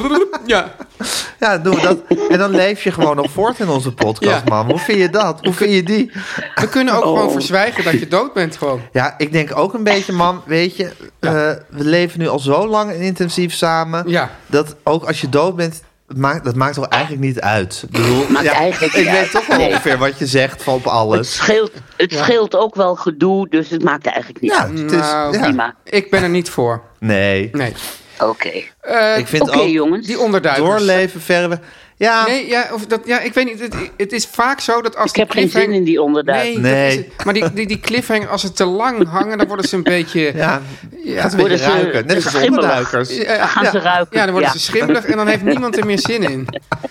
Ja, doen we dat. En dan leef je gewoon nog voort in onze podcast, man. Hoe vind je dat? Hoe vind je die? We kunnen ook gewoon verzwijgen dat je dood bent, gewoon. Ja, ik denk ook een beetje, man. Weet je, we leven nu al zo lang en intensief samen... dat ook als je dood bent... Dat maakt toch eigenlijk niet uit? Ik bedoel, ik weet toch wel ongeveer wat je zegt van op alles. Het scheelt ook wel gedoe, dus het maakt eigenlijk niet uit. Het is prima. Ik ben er niet voor. Nee. Oké. Ik vind ook jongens. Die onderduikers. Doorleven, verder... Ja. Nee, ik weet niet. Het is vaak zo dat als ik heb geen zin in die onderduikers. Nee. Maar die cliffhanger, als ze te lang hangen, dan worden ze een beetje... Gaan ze een beetje ruiken. Net als onderduikers. Gaan ze ruiken. Ja, dan worden ze schimmelig en dan heeft niemand er meer zin in.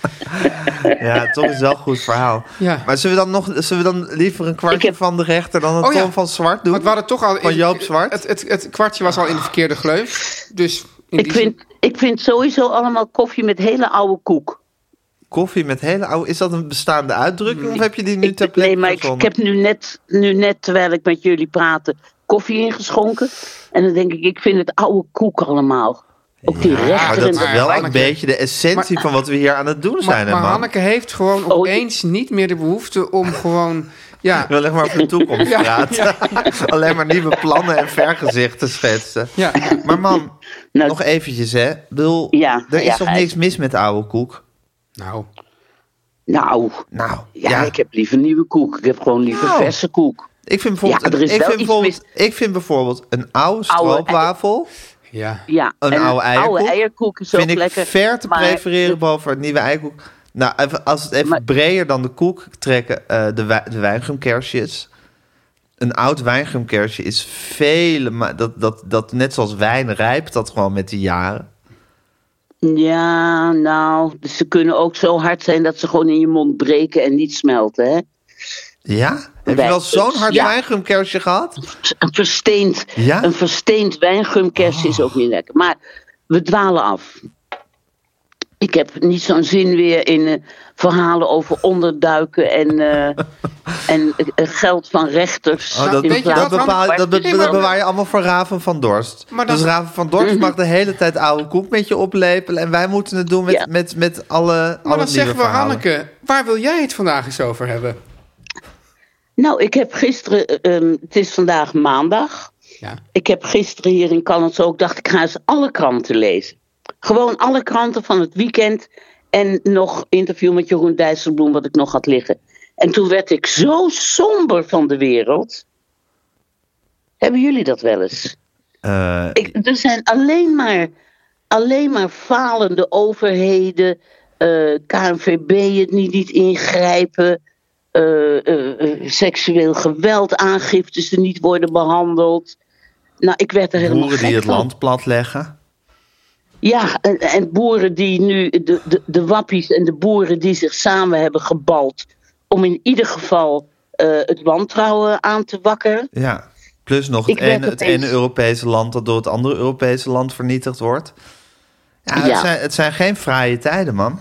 Ja, toch is het wel een goed verhaal. Ja. Maar zullen we dan liever een kwartje van de rechter dan een Tom van Zwart doen? Want we hadden toch al... Van Joop Zwart? Het kwartje was al in de verkeerde gleuf. Dus ik vind sowieso allemaal koffie met hele oude koek. Koffie met hele oude... Is dat een bestaande uitdrukking of heb je die nu ter plekke Nee, maar gevonden? ik heb nu net, terwijl ik met jullie praten, koffie ingeschonken. En dan denk ik vind het oude koek allemaal. Ook die rechter. Maar dat is wel een beetje de essentie van wat we hier aan het doen zijn. Maar Hanneke heeft gewoon opeens niet meer de behoefte om gewoon... Ja. Ik wil alleen maar over de toekomst praten. Alleen maar nieuwe plannen en vergezichten schetsen. Ja. Maar man, nog eventjes hè. Er is toch niks mis met oude koek? Nou, ik heb liever nieuwe koek. Ik heb gewoon liever verse koek. Ik vind bijvoorbeeld een oude stroopwafel... een oude eierkoek is ook vind lekker. Ik ver te prefereren boven een nieuwe eierkoek. Nou, als we het even breder dan de koek trekken, de wijngumkersjes. Een oud wijngumkersje is dat net zoals wijn rijpt dat gewoon met de jaren. Ja, nou, ze kunnen ook zo hard zijn dat ze gewoon in je mond breken en niet smelten, hè? Ja? Heb je wel zo'n hard wijngumkersje gehad? Een versteend wijngumkersje is ook niet lekker. Maar we dwalen af. Ik heb niet zo'n zin weer in verhalen over onderduiken en geld van rechters. Dat bewaar je allemaal voor Raven van Dorst. Dus Raven van Dorst mag de hele tijd oude koek met je oplepelen en wij moeten het doen met alle Maar dan zeggen we, verhalen. Hanneke, waar wil jij het vandaag eens over hebben? Nou, ik heb gisteren, het is vandaag maandag. Ja. Ik heb gisteren hier in Callantsoog ook dacht ik ga eens alle kranten lezen. Gewoon alle kranten van het weekend. En nog interview met Jeroen Dijsselbloem wat ik nog had liggen. En toen werd ik zo somber van de wereld. Hebben jullie dat wel eens? Er zijn alleen maar falende overheden. KNVB het niet ingrijpen. Seksueel geweld, aangiftes die niet worden behandeld. Nou, ik werd er helemaal boeren gek die het van. land platleggen. Ja, en boeren die nu, de wappies en de boeren die zich samen hebben gebald om in ieder geval het wantrouwen aan te wakkeren. Ja, plus nog het ene Europese land dat door het andere Europese land vernietigd wordt. Het zijn geen fraaie tijden, man.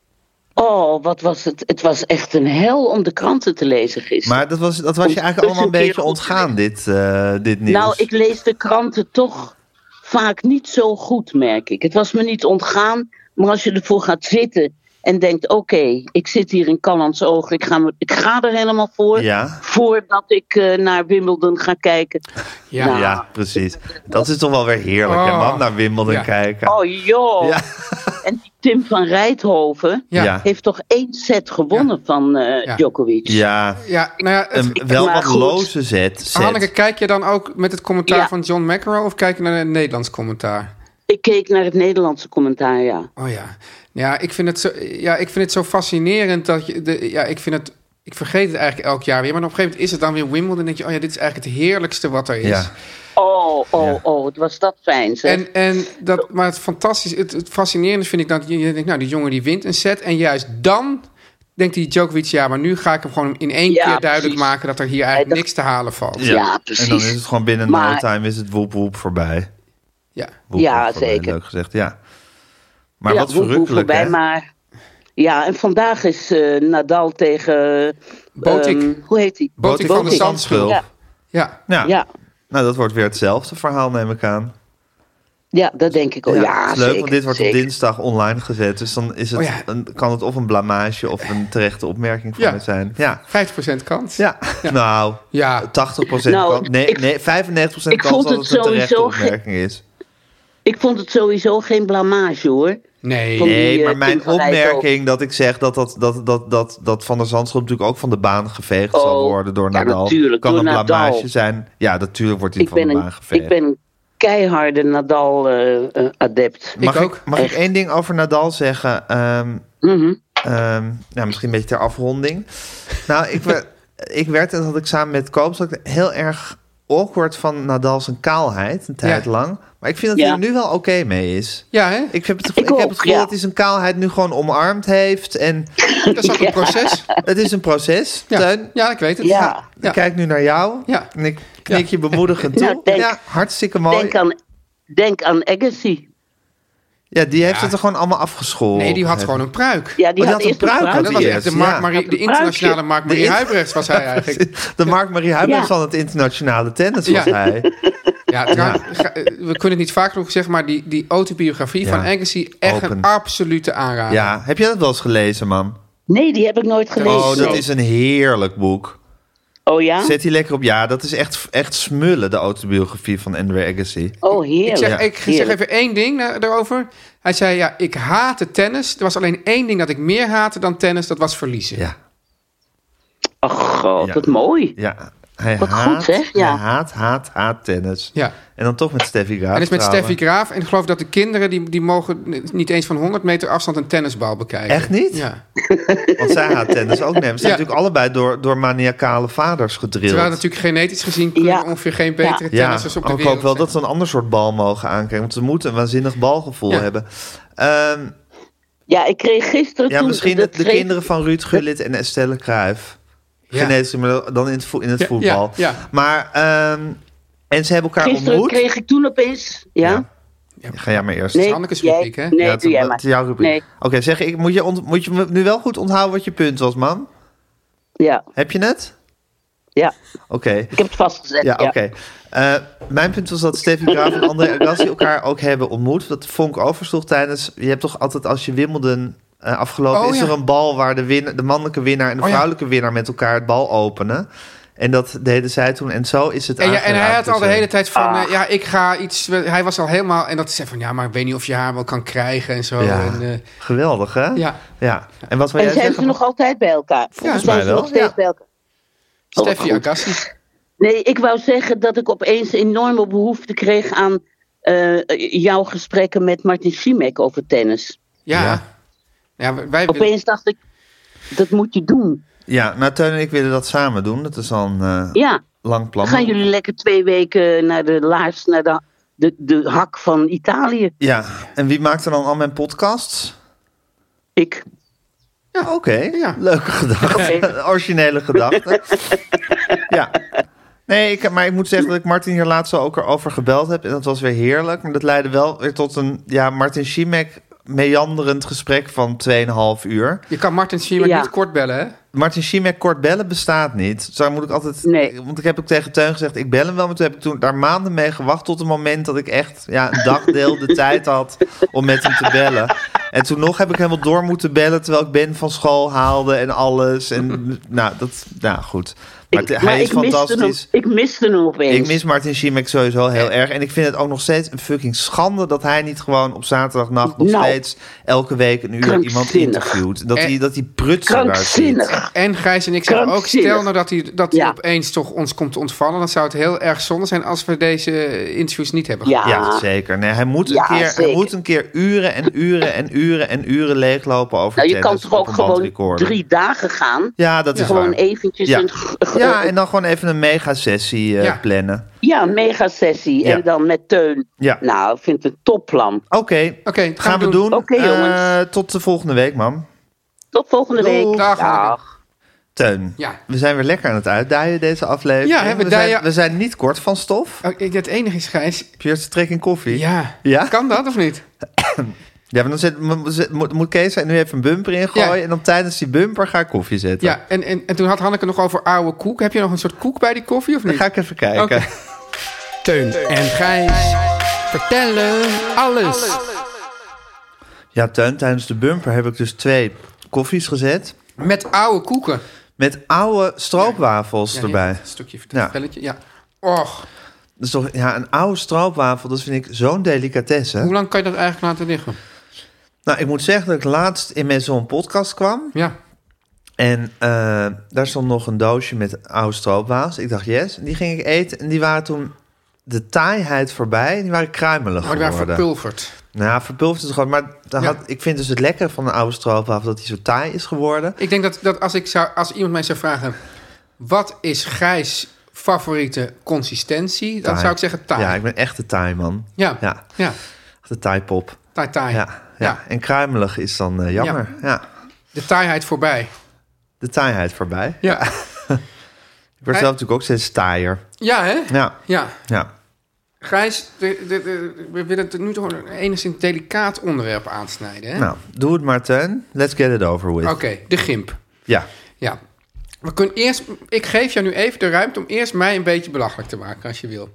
Oh, wat was het? Het was echt een hel om de kranten te lezen gisteren. Maar dat was je eigenlijk allemaal een beetje ontgaan, dit nieuws. Nou, ik lees de kranten toch vaak niet zo goed, merk ik. Het was me niet ontgaan, maar als je ervoor gaat zitten en denkt, oké, ik zit hier in Callantsoog, ik ga er helemaal voor, voordat ik naar Wimbledon ga kijken. Ja, precies. Dat is toch wel weer heerlijk, hè, man, naar Wimbledon kijken. Oh, joh. Ja. En Tim van Rijthoven heeft toch 1 set gewonnen van Djokovic. Ja, wel wat loze set. Hanneke, kijk je dan ook met het commentaar van John McEnroe of kijk je naar het Nederlands commentaar? Ik keek naar het Nederlandse commentaar, ja. Oh ja. Ja, ik vind het zo fascinerend dat ik vergeet het eigenlijk elk jaar weer, maar op een gegeven moment is het dan weer Wimbledon en denk je, oh ja, dit is eigenlijk het heerlijkste wat er is. Ja. Oh, het was dat fijn, zeg. Maar het fantastisch, het fascinerende vind ik dat je denkt, nou, die jongen die wint een set en juist dan denkt die Djokovic, ja, maar nu ga ik hem gewoon in één keer duidelijk maken dat er hier eigenlijk niks te halen valt. Ja, precies. En dan is het gewoon binnen no time is het woep woep voorbij. Ja, woep, zeker. Leuk gezegd, ja. Maar wat verrukkelijk, voorbij, hè? Maar... Ja, en vandaag is Nadal tegen... Botik. Hoe heet hij? Botik van de Zandschulp. Ja. Nou, dat wordt weer hetzelfde verhaal, neem ik aan. Ja, dat denk ik ook. Ja, het is leuk, zeker, want dit wordt zeker. op dinsdag online gezet. Dus dan is het kan het of een blamage of een terechte opmerking van mij zijn. Ja. 50% kans. Ja. Nou, 80% kans. Nee, 95% kans dat het een terechte opmerking is. Ik vond het sowieso geen blamage, hoor. Nee, maar mijn opmerking dat ik zeg dat Van der Zandschulp natuurlijk ook van de baan geveegd zal worden door Nadal. Kan een blamage zijn. Ja, natuurlijk wordt hij van de baan geveegd. Ik ben keiharde Nadal-adept. Mag ik één ding over Nadal zeggen? Misschien een beetje ter afronding. Nou, ik werd, en dat had ik samen met Koops, heel erg awkward van Nadal zijn kaalheid, een tijd lang. Maar ik vind dat hij er nu wel oké mee is. Ja, hè? Ik heb het gevoel dat hij zijn kaalheid nu gewoon omarmd heeft. En dat is ook een proces. Het is een proces, Teun. Ja, ik weet het. Ik kijk nu naar jou. Ja. En ik knik je bemoedigend toe. Hartstikke mooi. Denk aan Agassi. Ja, die heeft het er gewoon allemaal afgeschoren. Nee, die had gewoon een pruik. Ja, die had eerst een pruik. Dat was echt de internationale Mark-Marie Huibrechts was hij eigenlijk. De Mark-Marie Huibrechts van het internationale tennis was hij. Ja, we kunnen het niet vaak genoeg zeggen, maar die autobiografie van Agassi, echt een absolute aanrader. Ja, heb jij dat wel eens gelezen, man? Nee, die heb ik nooit gelezen. Oh, dat is een heerlijk boek. Oh ja? Zet die lekker op. Ja, dat is echt smullen, de autobiografie van Andre Agassi. Oh, heerlijk. Ik zeg even één ding daarover. Hij zei, ik haatte tennis. Er was alleen één ding dat ik meer haatte dan tennis. Dat was verliezen. Ja. Ach, god, wat mooi. Ja. Wat goed, zeg. Ja. Hij haat tennis. Ja. En dan toch met Steffi Graaf. En is met Steffi Graaf. En ik geloof dat de kinderen, die mogen niet eens van 100 meter afstand een tennisbal bekijken. Echt niet? Ja. Want zij haat tennis ook nemen. Ze zijn natuurlijk allebei door maniacale vaders gedrild. Terwijl natuurlijk genetisch gezien ongeveer geen betere tennissers op de wereld. Ik hoop wel dat ze een ander soort bal mogen aankijken. Want ze moeten een waanzinnig balgevoel hebben. Ja, ik kreeg gisteren... Ja, misschien de kinderen van Ruud Gullit en Estelle Cruijff. Genetisch, maar dan in het voetbal. Ja. Maar, en ze hebben elkaar gisteren ontmoet. Kreeg ik toen opeens... Ja. Ga jij maar eerst. Nee, Hanneke's rubriek, hè? Nee, doe jij maar. Het is jouw rubriek. Nee. Oké, zeg ik, moet je nu wel goed onthouden wat je punt was, man? Ja. Heb je het? Ja. Oké. Ik heb het vastgezet, ja. Oké. Mijn punt was dat Steffi Graaf en Andre Agassi elkaar ook hebben ontmoet. Dat Vonk oversloeg tijdens... Je hebt toch altijd, als je Wimbledon afgelopen... is er een bal waar de mannelijke winnaar en de vrouwelijke winnaar met elkaar het bal openen. En dat deden zij toen. En zo is het en hij had al de hele tijd van... ik ga iets... Hij was al helemaal... En dat zei van... Ja, maar ik weet niet of je haar wel kan krijgen en zo. Ja, en, geweldig, hè? Ja. En wat wil jij zeggen? Zijn ze nog altijd bij elkaar? Volgens mij wel. Nog steeds bij elkaar? Steffi Agassi. Nee, ik wou zeggen dat ik opeens enorme behoefte kreeg aan jouw gesprekken met Martin Schimek over tennis. Ja, opeens dacht ik, dat moet je doen. Ja, nou Teun en ik willen dat samen doen. Dat is al een lang plan. Dan gaan jullie lekker 2 weken naar de laars, naar de hak van Italië. Ja, en wie maakt er dan al mijn podcasts? Ik. Ja, oké. Leuke gedachte. Originele gedachte. Ja. Nee, maar ik moet zeggen dat ik Martin hier laatst al ook erover gebeld heb. En dat was weer heerlijk. Maar dat leidde wel weer tot een Martin Schimek meanderend gesprek van 2,5 uur. Je kan Martin Schimek niet kort bellen, hè? Martin Schimek kort bellen bestaat niet. Zo moet ik altijd... Nee. Want ik heb ook tegen Teun gezegd, ik bel hem wel. Maar toen heb ik daar maanden mee gewacht tot het moment dat ik echt een dagdeel de tijd had om met hem te bellen. En toen nog heb ik helemaal door moeten bellen terwijl ik Ben van school haalde en alles. En goed. Maar hij is fantastisch. Ik miste hem opeens. Ik mis Martin Schimek sowieso heel erg. En ik vind het ook nog steeds een fucking schande dat hij niet gewoon op zaterdagnacht nog steeds elke week een uur iemand interviewt. Dat hij prutsen daar zit. En Gijs en ik zeggen ook, stel nou dat hij opeens toch ons komt te ontvallen, dan zou het heel erg zonde zijn als we deze interviews niet hebben gehad. Ja, zeker. Nee, hij moet een keer uren en uren en uren en uren leeglopen over tennis. Je kan toch ook gewoon 3 dagen gaan? Ja, dat is gewoon waar. Eventjes en dan gewoon even een megasessie plannen. Ja, een megasessie. En dan met Teun. Ja. Nou, ik vind het een topplan. Oké, gaan we doen. Oké, jongens. Tot de volgende week, man. Tot volgende week. Dag. Teun, we zijn weer lekker aan het uitdijen deze aflevering. Ja, we zijn niet kort van stof. Het enige is, Gijs... Heb je eerst trek in koffie? Ja. Kan dat of niet? Ja, maar dan moet Kees nu even een bumper ingooien. Ja. En dan tijdens die bumper ga ik koffie zetten. Ja, en toen had Hanneke nog over oude koek. Heb je nog een soort koek bij die koffie of niet? Dan ga ik even kijken. Okay. Teun en Gijs vertellen alles. Ja, Teun, tijdens de bumper heb ik dus 2 koffies gezet. Met oude koeken? Met oude stroopwafels erbij. Een stukje vertelletje, ja. Och. Dus toch, een oude stroopwafel, dat vind ik zo'n delicatesse. Hoe lang kan je dat eigenlijk laten liggen? Nou, ik moet zeggen dat ik laatst in met zo'n podcast kwam. Ja. En daar stond nog een doosje met oude stroopwafels. Ik dacht, yes. En die ging ik eten. En die waren toen de taaiheid voorbij. En die waren kruimelig geworden. Maar die waren verpulverd. Nou, verpulverd is gewoon. Maar ik vind dus het lekkere van een oude stroopwafel dat hij zo taai is geworden. Ik denk dat als iemand mij zou vragen, wat is Gijs' favoriete consistentie? Dan zou ik zeggen taai. Ja, ik ben echt de taai, man. Ja. De taai-pop. Taai. Ja. En kruimelig is dan jammer. Ja. De taaiheid voorbij. De taaiheid voorbij. Ja. Ik word zelf natuurlijk ook steeds taaier. Ja, hè? Ja. Gijs, we willen het nu toch een enigszins delicaat onderwerp aansnijden. Hè? Nou, doe het maar, Teun. Let's get it over with. Oké, de gimp. Ja. We kunnen eerst, ik geef jou nu even de ruimte om eerst mij een beetje belachelijk te maken, als je wil.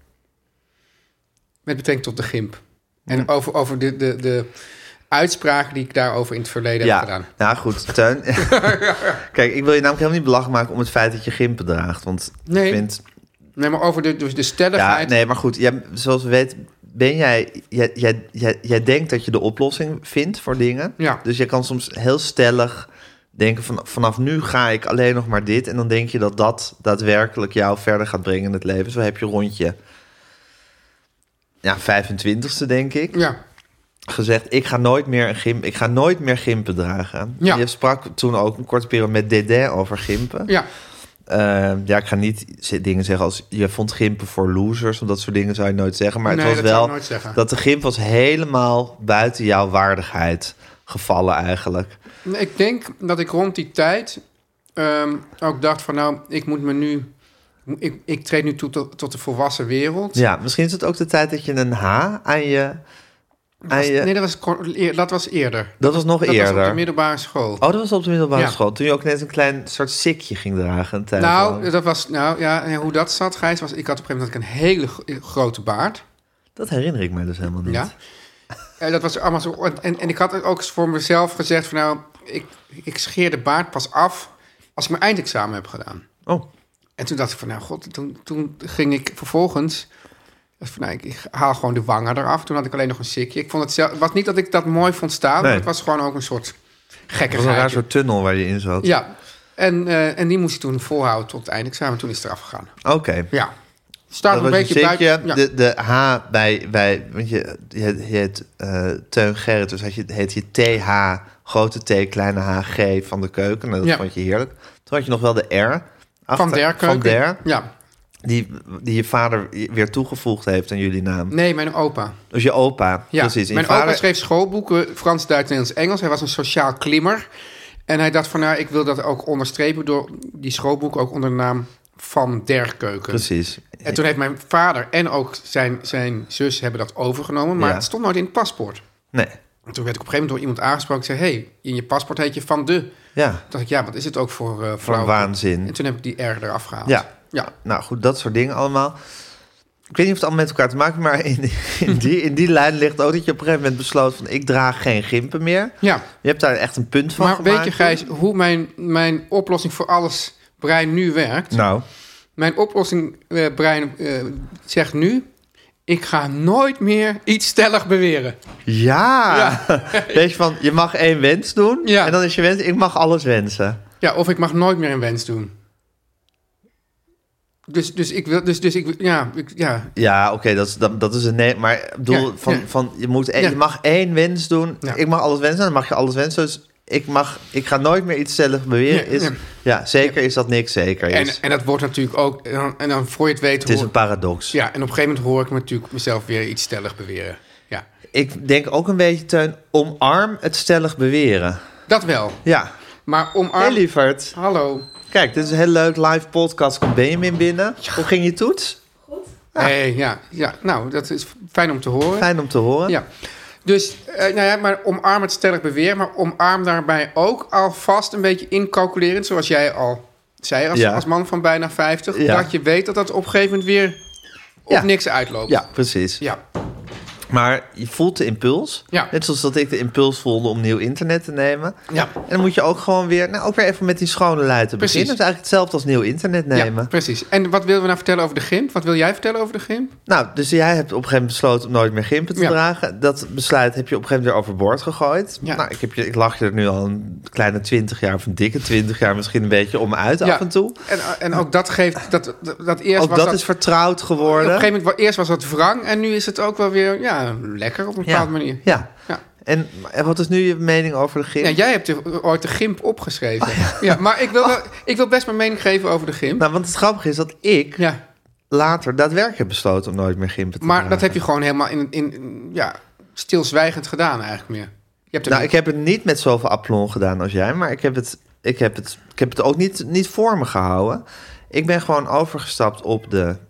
Met betrekking tot de gimp. En over de uitspraken die ik daarover in het verleden heb gedaan. Ja, goed, Teun. Kijk, ik wil je namelijk helemaal niet belachelijk maken om het feit dat je gimpen draagt. Want ik vind... Nee, maar over de stelligheid... Ja, nee, maar goed, zoals we weten... Jij denkt dat je de oplossing vindt voor dingen. Ja. Dus je kan soms heel stellig denken vanaf nu ga ik alleen nog maar dit. En dan denk je dat daadwerkelijk jou verder gaat brengen in het leven. Zo heb je rondje 25ste, denk ik. Ja. Gezegd, ik ga nooit meer gimpen dragen. Ja. Je sprak toen ook een korte periode met Dédé over gimpen. Ja. Ik ga niet dingen zeggen als je vond gimpen voor losers, want dat soort dingen zou je nooit zeggen. Maar het was wel dat de gimp was helemaal buiten jouw waardigheid gevallen eigenlijk. Ik denk dat ik rond die tijd ook dacht van ik moet me nu... Ik treed nu toe tot de volwassen wereld. Ja, misschien is het ook de tijd dat je een H aan je... Nee, dat was eerder. Dat was nog eerder? Dat was op de middelbare school. Oh, dat was op de middelbare school. Toen je ook net een klein soort sikje ging dragen. Hoe dat zat, Gijs, was... Ik had op een gegeven moment een hele grote baard. Dat herinner ik me dus helemaal niet. Ja. Dat was allemaal zo... En ik had ook voor mezelf gezegd van ik scheer de baard pas af als ik mijn eindexamen heb gedaan. Oh. En toen dacht ik van, toen ging ik vervolgens... ik haal gewoon de wangen eraf. Toen had ik alleen nog een sikje. Ik vond het zelf... was niet dat ik dat mooi vond staan... maar het was gewoon ook een soort gekkigheid. Het was een raar soort tunnel waar je in zat. Ja, en die moest ik toen volhouden tot het eindexamen. Toen is het eraf gegaan. Oké. Ja. Staat dat een beetje buiten... Ja. De H bij want je heet Teun Gerrit, dus heet je TH, grote T, kleine H, G van de keuken. Nou, dat vond je heerlijk. Toen had je nog wel de R. Van der keuken. Van der. Ja. Die je vader weer toegevoegd heeft aan jullie naam. Nee, mijn opa. Dus je opa, ja. Precies. Mijn opa schreef schoolboeken, Frans, Duits, Nederlands, Engels. Hij was een sociaal klimmer. En hij dacht van, ik wil dat ook onderstrepen... door die schoolboeken ook onder de naam Van der Keuken. Precies. En toen heeft mijn vader en ook zijn zus hebben dat overgenomen... maar het stond nooit in het paspoort. Nee. En toen werd ik op een gegeven moment door iemand aangesproken... en zei, in je paspoort heet je Van de. Ja. Toen dacht ik, wat is het ook voor flauw? Waanzin. En toen heb ik die R eraf gehaald. Ja, nou goed, dat soort dingen allemaal. Ik weet niet of het allemaal met elkaar te maken... maar in die lijn ligt ook dat je op een gegeven moment besloot... van ik draag geen gimpen meer. Ja. Je hebt daar echt een punt van gemaakt. Maar weet je, Gijs, hoe mijn oplossing voor alles brein nu werkt? Nou. Mijn oplossing brein zegt nu... ik ga nooit meer iets stellig beweren. Ja. Weet je van, je mag 1 wens doen... en dan is je wens, ik mag alles wensen. Ja, of ik mag nooit meer een wens doen. Dus ik wil... Ja, oké, dat is een nee. Maar ik bedoel, je mag 1 wens doen. Ja. Ik mag alles wensen, dan mag je alles wensen. Dus ik ga nooit meer iets stellig beweren. Zeker is dat niks zeker is. En dat wordt natuurlijk ook... En dan voor je het weet... Het is een paradox. Ja, en op een gegeven moment hoor ik natuurlijk mezelf weer iets stellig beweren. Ja. Ik denk ook een beetje, Teun, omarm het stellig beweren. Dat wel. Ja. Maar omarm... Hey, lieverd. Hallo. Kijk, dit is een heel leuk live podcast. Komt Benjamin binnen. Ja. Hoe ging je toets? Goed. Ja. Nou, dat is fijn om te horen. Fijn om te horen. Ja. Dus, maar omarm het stellig beweren... maar omarm daarbij ook alvast een beetje incalculerend... zoals jij al zei als man van bijna 50... dat je weet dat op een gegeven moment weer op niks uitloopt. Ja, precies. Ja. Maar je voelt de impuls. Ja. Net zoals dat ik de impuls voelde om nieuw internet te nemen. Ja. En dan moet je ook gewoon weer... ook weer even met die schone lei te beginnen. Dat is eigenlijk hetzelfde als nieuw internet nemen. Ja, precies. En wat willen we nou vertellen over de gimp? Wat wil jij vertellen over de gimp? Nou, dus jij hebt op een gegeven moment besloten om nooit meer gimpen te dragen. Dat besluit heb je op een gegeven moment weer overboord gegooid. Ja. Nou, ik lach je er nu al een kleine 20 jaar... of een dikke 20 jaar misschien een beetje om uit af en toe. En ook dat geeft... dat eerst ook was dat is vertrouwd geworden. Op een gegeven moment, eerst was het wrang... en nu is het ook wel weer... lekker op een bepaalde manier. Ja. En wat is nu je mening over de gimp? Ja, jij hebt ooit de gimp opgeschreven. Ja, maar ik wil best mijn mening geven over de gimp. Nou, want het grappige is dat ik later daadwerkelijk heb besloten om nooit meer gimpen te dragen. Maar dat heb je gewoon helemaal stilzwijgend gedaan eigenlijk meer. Ik heb het niet met zoveel aplomb gedaan als jij, maar ik heb het ook niet voor me gehouden. Ik ben gewoon overgestapt op de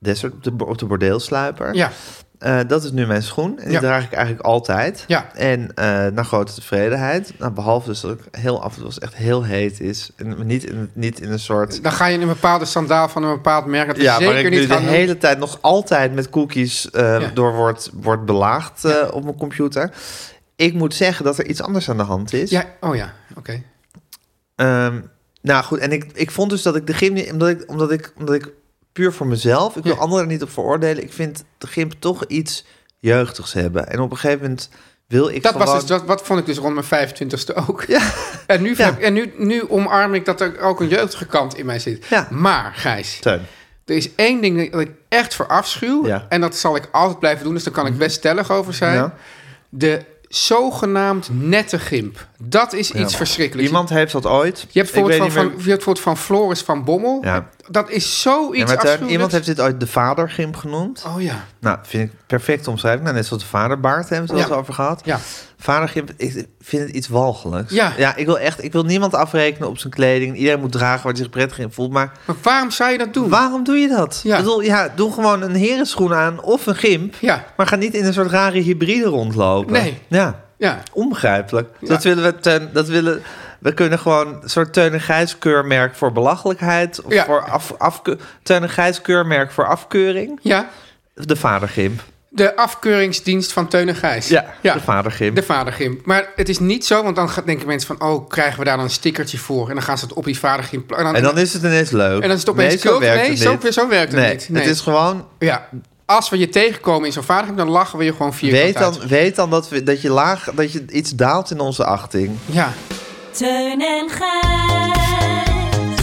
Desert, op de bordeelsluiper. Ja. Dat is nu mijn schoen. En die draag ik eigenlijk altijd. Ja. En naar grote tevredenheid. Nou, behalve dus dat ik heel af en toe als het echt heel heet is. En niet in een soort... Dan ga je in een bepaalde sandaal van een bepaald merk. Dat ja, zeker waar ik niet nu de hele tijd nog altijd met cookies door wordt belaagd op mijn computer. Ik moet zeggen dat er iets anders aan de hand is. Ja, oké. Nou goed, en ik vond dus dat ik de gym... Omdat ik puur voor mezelf, ik wil anderen er niet op veroordelen. Ik vind de gym toch iets jeugdigs hebben. En op een gegeven moment wil ik wat vond ik dus rond mijn 25ste ook. Ja. En nu omarm ik dat er ook een jeugdige kant in mij zit. Ja. Maar, Gijs, Teun, er is één ding dat ik echt verafschuw. Ja. En dat zal ik altijd blijven doen, dus daar kan ik best stellig over zijn. Ja. De zogenaamd nette gimp. Dat is iets verschrikkelijks. Iemand heeft dat ooit. Je hebt bijvoorbeeld van Floris van Bommel. Ja. Dat is zoiets afschuwelijks. Iemand heeft dit ooit de vadergimp genoemd. Oh ja. Nou, vind ik perfect omschrijving. Nou, net zoals de vaderbaard hebben we het al over gehad. Ja. Vadergimp, ik vind het iets walgelijks. Ja, ik wil niemand afrekenen op zijn kleding. Iedereen moet dragen waar hij zich prettig in voelt. Maar waarom zou je dat doen? Waarom doe je dat? Ja. Ik bedoel, doe gewoon een herenschoen aan of een gimp. Ja. Maar ga niet in een soort rare hybride rondlopen. Nee. Ja. Onbegrijpelijk. Ja. We kunnen gewoon een soort Teun en Gijs keurmerk voor belachelijkheid. Of voor Teun en Gijs keurmerk voor afkeuring. Ja. De vadergimp. De afkeuringsdienst van Teun en Gijs. Ja, de vadergimp. De vadergimp. Maar het is niet zo, want dan denken mensen van... krijgen we daar dan een stickertje voor? En dan gaan ze het op die vadergimp... En dan is het ineens leuk. En dan is het opeens zo werkt het niet. Nee, het is gewoon... Ja. Als we je tegenkomen in zo'n vadergimp, dan lachen we je gewoon vierkant uit. Weet dan dat je iets daalt in onze achting. Ja. Teun en Gijs.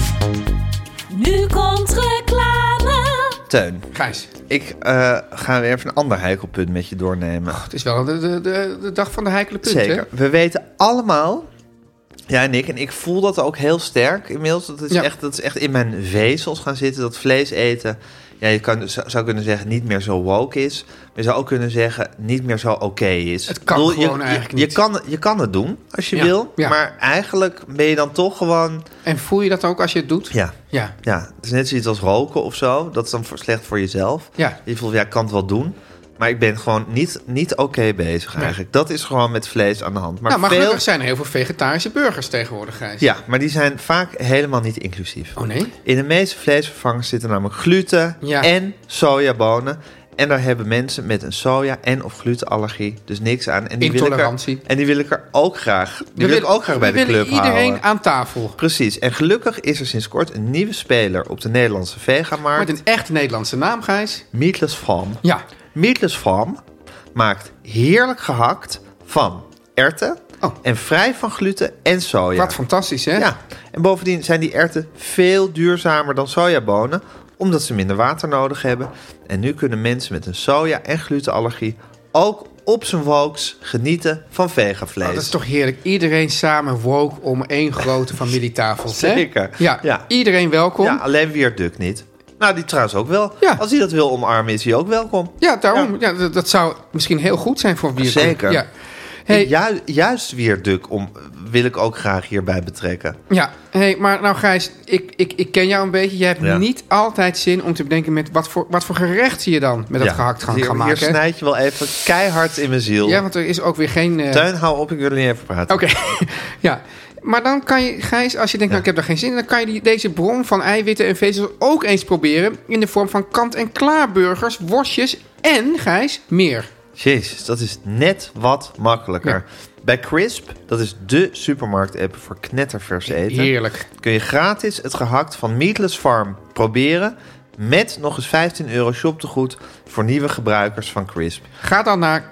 Nu komt reclame. Teun. Gijs. Ik ga weer even een ander heikelpunt met je doornemen. Het is wel de dag van de heikele punten. Zeker. Hè? We weten allemaal... Ja, Nick, en ik voel dat ook heel sterk inmiddels. Dat is echt in mijn vezels gaan zitten. Dat vlees eten... Ja, je zou kunnen zeggen niet meer zo woke is. Maar je zou ook kunnen zeggen niet meer zo oké is. Het kan gewoon eigenlijk niet. Je kan het doen als je wil. Ja. Maar eigenlijk ben je dan toch gewoon... En voel je dat ook als je het doet? Ja. Het is net zoiets als roken of zo. Dat is dan slecht voor jezelf. Ja. Je voelt, ik kan het wel doen. Maar ik ben gewoon niet oké bezig eigenlijk. Dat is gewoon met vlees aan de hand. Maar gelukkig zijn er heel veel vegetarische burgers tegenwoordig, Gijs. Ja, maar die zijn vaak helemaal niet inclusief. Oh nee? In de meeste vleesvervangers zitten namelijk gluten en sojabonen. En daar hebben mensen met een soja- en of glutenallergie dus niks aan. En intolerantie. Die wil ik er ook graag. Die wil ik ook graag bij de club houden. Iedereen aan tafel. Precies. En gelukkig is er sinds kort een nieuwe speler op de Nederlandse vegamarkt. Met een echt Nederlandse naam, Gijs. Meatless Farm. Ja. Meatless Farm maakt heerlijk gehakt van erwten en vrij van gluten en soja. Wat fantastisch, hè? Ja. En bovendien zijn die erwten veel duurzamer dan sojabonen, omdat ze minder water nodig hebben. En nu kunnen mensen met een soja- en glutenallergie ook op zijn wokes genieten van vegavlees. Dat is toch heerlijk. Iedereen samen woke om één grote familietafel. Zeker. Ja. Iedereen welkom. Ja, alleen Wierduk niet. Nou, die trouwens ook wel. Ja. Als hij dat wil omarmen, is hij ook welkom. Ja, daarom. Ja, dat zou misschien heel goed zijn voor Wierduk. Zeker. Ja. Hey. Juist Wierduk wil ik ook graag hierbij betrekken. Ja, maar nou Gijs, ik ken jou een beetje. Je hebt niet altijd zin om te bedenken met wat voor gerecht je dan met dat gehakt gaan maken. Hier snijd je wel even keihard in mijn ziel. Ja, want er is ook weer geen... Teun, hou op, ik wil er niet even praten. Oké, ja. Maar dan kan je, Gijs, als je denkt, ik heb daar geen zin in, dan kan je deze bron van eiwitten en vezels ook eens proberen in de vorm van kant-en-klaar burgers, worstjes en, Gijs, meer. Jezus, dat is net wat makkelijker. Ja. Bij Crisp, dat is de supermarkt-app voor knettervers eten. Heerlijk. Kun je gratis het gehakt van Meatless Farm proberen met nog eens €15 shoptegoed voor nieuwe gebruikers van Crisp. Ga dan naar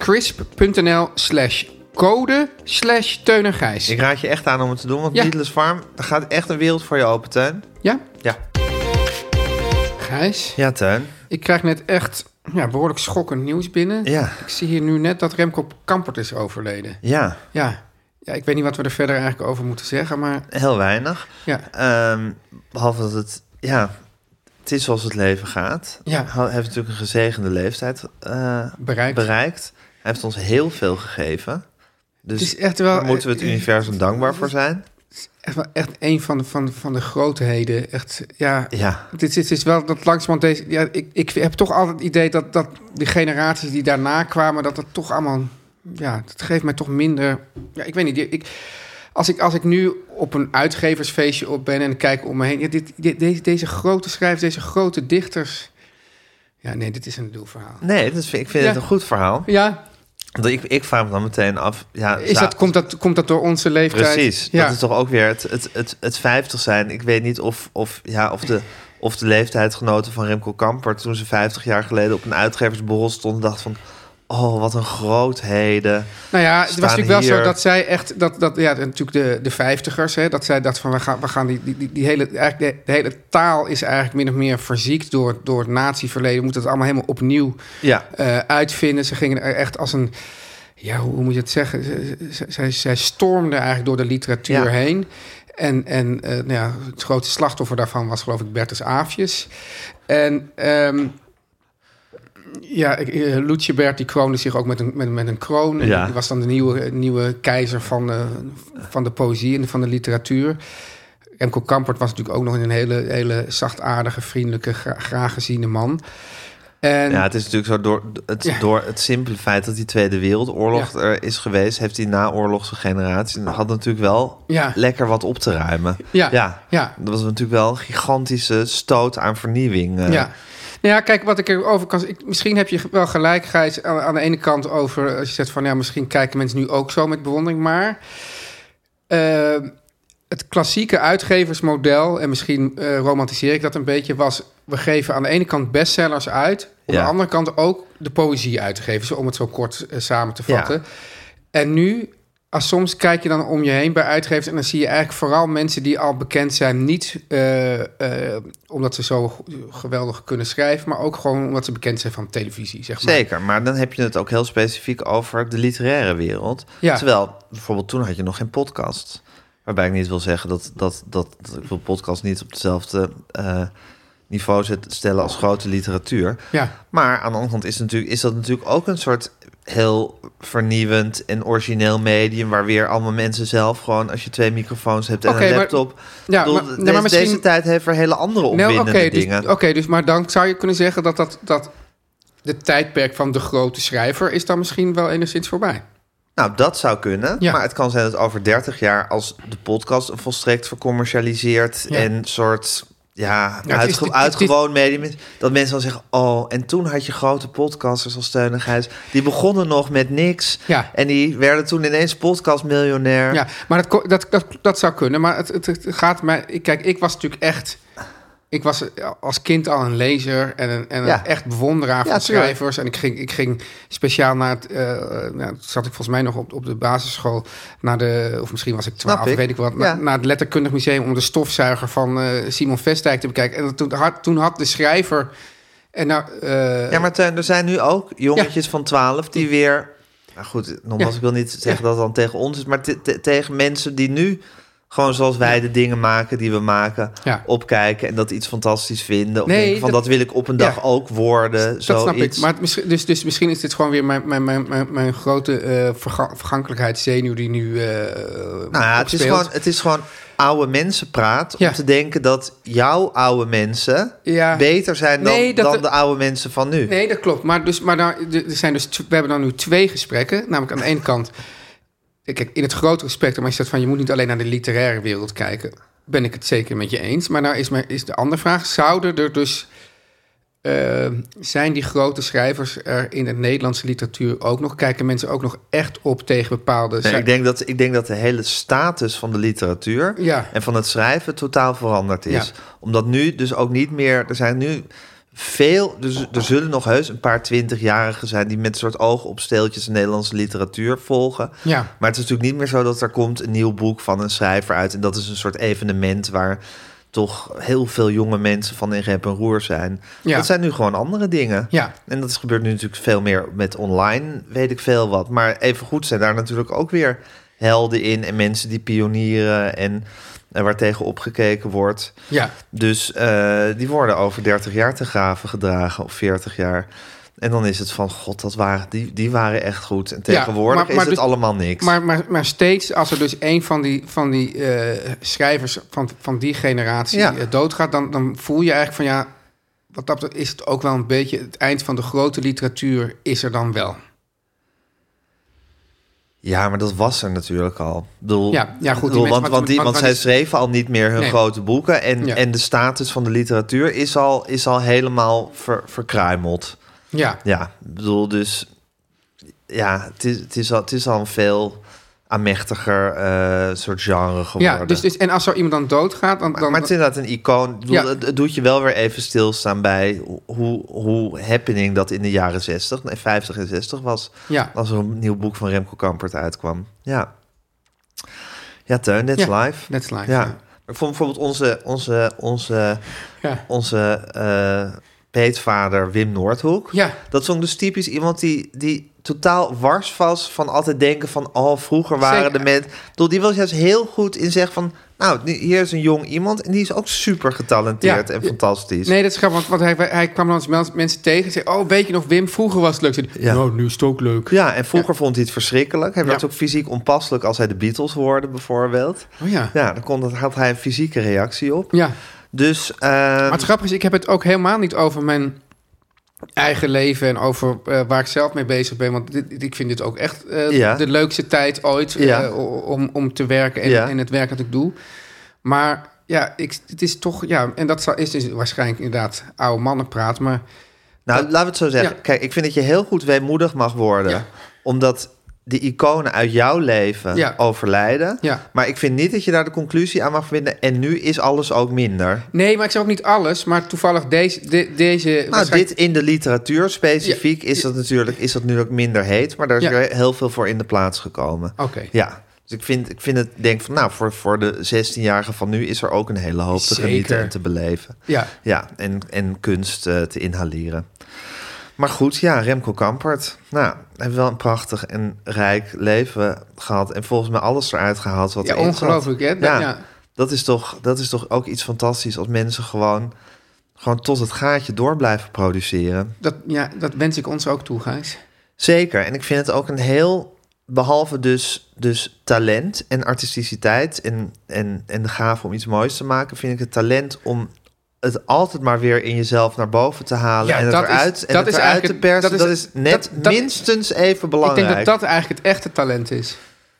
crisp.nl/code/Teun en Gijs. Ik raad je echt aan om het te doen, want Meatless Farm, daar gaat echt een wereld voor je open, Teun. Ja? Ja. Gijs? Ja, Teun? Ik krijg net echt behoorlijk schokkend nieuws binnen. Ja. Ik zie hier nu net dat Remco Kampert is overleden. Ja. Ja, ik weet niet wat we er verder eigenlijk over moeten zeggen, maar... Heel weinig. Ja. Behalve dat het... Ja, het is zoals het leven gaat. Ja. Hij heeft natuurlijk een gezegende leeftijd bereikt. Hij heeft ons heel veel gegeven. Dus het is echt wel, daar moeten we het universum dankbaar voor zijn. echt een van de grootheden. Echt, ja. Het is wel dat langzamerhand deze... Ja, ik heb toch altijd het idee dat die generaties die daarna kwamen... dat het toch allemaal... Ja, dat geeft mij toch minder... Ja, ik weet niet. Als ik nu op een uitgeversfeestje op ben en kijk om me heen... Ja, deze grote schrijvers, deze grote dichters... Ja, nee, dit is een doelverhaal. Nee, ik vind het een goed verhaal. Ja. Ik vraag me dan meteen af... Ja, komt dat door onze leeftijd? Precies, ja. Dat is toch ook weer het 50 zijn. Ik weet niet of de leeftijdsgenoten van Remco Kampert... toen ze 50 jaar geleden op een uitgeversborrel stonden... dachten van... Oh, wat een grootheden. Nou ja, het was natuurlijk wel zo dat zij echt... natuurlijk de 50ers, hè, dat zij dat van... we gaan die hele... Eigenlijk de hele taal is eigenlijk min of meer verziekt door het nazi-verleden. We moeten het allemaal helemaal opnieuw uitvinden. Ze gingen er echt als een... Ja, hoe moet je het zeggen? Zij stormden eigenlijk door de literatuur heen. En het grootste slachtoffer daarvan was geloof ik Bertus Aafjes. En... Lucebert die kroonde zich ook met een kroon. Ja. Die was dan de nieuwe keizer van de poëzie en van de literatuur. Remco Kampert was natuurlijk ook nog een hele zachtaardige, vriendelijke, graag geziene man. En, het is natuurlijk zo door het simpele feit dat die Tweede Wereldoorlog er is geweest... heeft die naoorlogse generatie had natuurlijk wel lekker wat op te ruimen. Ja. Dat was natuurlijk wel een gigantische stoot aan vernieuwing. Nou ja, kijk, wat ik erover kan... Misschien heb je wel gelijk, Gijs, aan de ene kant over... als je zegt van, misschien kijken mensen nu ook zo met bewondering... maar het klassieke uitgeversmodel... en misschien romantiseer ik dat een beetje... was, we geven aan de ene kant bestsellers uit... aan de andere kant ook de poëzie uit te geven... om het zo kort samen te vatten. Ja. En nu... Soms kijk je dan om je heen bij uitgevers... en dan zie je eigenlijk vooral mensen die al bekend zijn... niet omdat ze zo geweldig kunnen schrijven... maar ook gewoon omdat ze bekend zijn van televisie, zeg maar. Zeker, maar dan heb je het ook heel specifiek over de literaire wereld. Ja. Terwijl, bijvoorbeeld toen had je nog geen podcast. Waarbij ik niet wil zeggen dat ik wil podcast niet op hetzelfde... niveau stellen als grote literatuur. Ja. Maar aan de andere kant is dat natuurlijk ook een soort... heel vernieuwend en origineel medium... waar weer allemaal mensen zelf gewoon... als je 2 microfoons hebt en een laptop... Maar deze tijd heeft er hele andere opwindende dingen. Dus maar dan zou je kunnen zeggen... dat de tijdperk van de grote schrijver... is dan misschien wel enigszins voorbij. Nou, dat zou kunnen. Ja. Maar het kan zijn dat over 30 jaar... als de podcast een volstrekt vercommercialiseerd... en soort... uitgewoon medium is. Dat mensen dan zeggen... en toen had je grote podcasters als Teun en Gijs... die begonnen nog met niks... en die werden toen ineens podcastmiljonair. Ja, maar dat zou kunnen. Maar het gaat mij... Kijk, ik was natuurlijk echt... Ik was als kind al een lezer en een echt bewonderaar van schrijvers. En ik ging speciaal naar het... zat ik volgens mij nog op de basisschool... of misschien was ik 12, weet ik wat... naar het Letterkundig Museum... om de stofzuiger van Simon Vestdijk te bekijken. En toen had de schrijver... maar Teun, er zijn nu ook jongetjes van 12 die weer... Nou goed, nogmaals, ik wil niet zeggen dat het dan tegen ons is... maar tegen mensen die nu... gewoon zoals wij de dingen maken die we maken, opkijken... en dat iets fantastisch vinden. Of dat wil ik op een dag ook worden. Dat snap ik. Maar dus misschien is dit gewoon weer mijn grote vergankelijkheidszenuw... die nu het is gewoon oude mensenpraat... om te denken dat jouw oude mensen... beter zijn dan de oude mensen van nu. Nee, dat klopt. Maar we hebben dan nu 2 gesprekken. Namelijk aan de ene kant... Kijk, in het grotere spectrum, als je zegt van... je moet niet alleen naar de literaire wereld kijken... ben ik het zeker met je eens. Maar nou is de andere vraag... zouden er dus... zijn die grote schrijvers er in de Nederlandse literatuur ook nog? Kijken mensen ook nog echt op tegen bepaalde... Nee, ik denk dat de hele status van de literatuur... en van het schrijven totaal veranderd is. Ja. Omdat nu dus ook niet meer... Er zijn nu... dus er zullen nog heus een paar 20-jarigen zijn... die met een soort oogopsteeltjes de Nederlandse literatuur volgen. Ja. Maar het is natuurlijk niet meer zo dat er komt een nieuw boek van een schrijver uit... en dat is een soort evenement waar toch heel veel jonge mensen van in rep en roer zijn. Ja. Dat zijn nu gewoon andere dingen. Ja. En dat gebeurt nu natuurlijk veel meer met online, weet ik veel wat. Maar evengoed zijn daar natuurlijk ook weer helden in... en mensen die pionieren en waar tegen opgekeken wordt. Ja. Dus die worden over 30 jaar te graven gedragen of 40 jaar. En dan is het van, god, die waren echt goed. En tegenwoordig is het dus allemaal niks. Maar steeds, als er dus een van die schrijvers van die generatie doodgaat... Dan voel je eigenlijk van, wat dat is het ook wel een beetje... het eind van de grote literatuur is er dan wel. Ja, maar dat was er natuurlijk al. Goed. Want zij schreven al niet meer hun grote boeken. En de status van de literatuur is al helemaal verkruimeld. Ja, dus... Ja, het is al een veel aanmächtiger soort genre geworden. Ja, dus en als zo iemand dan doodgaat... Maar het is inderdaad een icoon. Het doet je wel weer even stilstaan bij hoe happening dat in de jaren 50 en 60 was. Ja. Als er een nieuw boek van Remco Kampert uitkwam. Ja, Teun, that's life. That's life, ja. Ik vond bijvoorbeeld onze peetvader Wim Noordhoek. Ja. Dat is dus typisch iemand die totaal wars was van altijd denken van... vroeger waren de mensen... Die was juist heel goed in zeggen van... hier is een jong iemand en die is ook super getalenteerd en fantastisch. Nee, dat is grappig, want hij kwam dan als mensen tegen en zei... weet je nog, Wim, vroeger was het leuk. Zei, nu is het ook leuk. Ja, en vroeger vond hij het verschrikkelijk. Hij werd ook fysiek onpasselijk als hij de Beatles hoorde, bijvoorbeeld. Daar had hij een fysieke reactie op. Ja. Dus, maar het grappige is, ik heb het ook helemaal niet over mijn eigen leven... en over waar ik zelf mee bezig ben. Want ik vind dit ook echt de leukste tijd ooit om te werken en het werk dat ik doe. Maar het is toch... Ja, en dat is dus waarschijnlijk inderdaad oude mannenpraat, maar... laten we het zo zeggen. Ja. Kijk, ik vind dat je heel goed weemoedig mag worden. Ja. Omdat de iconen uit jouw leven overlijden. Ja. Maar ik vind niet dat je daar de conclusie aan mag vinden... en nu is alles ook minder. Nee, maar ik zeg ook niet alles, maar toevallig deze dit in de literatuur specifiek is dat nu ook minder heet... maar daar is er heel veel voor in de plaats gekomen. Oké. Ja, dus ik denk van... voor de 16-jarigen van nu is er ook een hele hoop te genieten en te beleven. Ja, en kunst te inhaleren. Maar goed, Remco Kampert. Hij heeft wel een prachtig en rijk leven gehad. En volgens mij alles eruit gehaald wat erin zat. Ongelooflijk, hè? Dat is toch ook iets fantastisch... als mensen gewoon tot het gaatje door blijven produceren. Dat wens ik ons ook toe, Gijs. Zeker. En ik vind het ook een heel... behalve dus talent en artisticiteit... en de gave om iets moois te maken... vind ik het talent om... het altijd maar weer in jezelf naar boven te halen... en het eruit te persen, dat is minstens even belangrijk. Ik denk dat eigenlijk het echte talent is.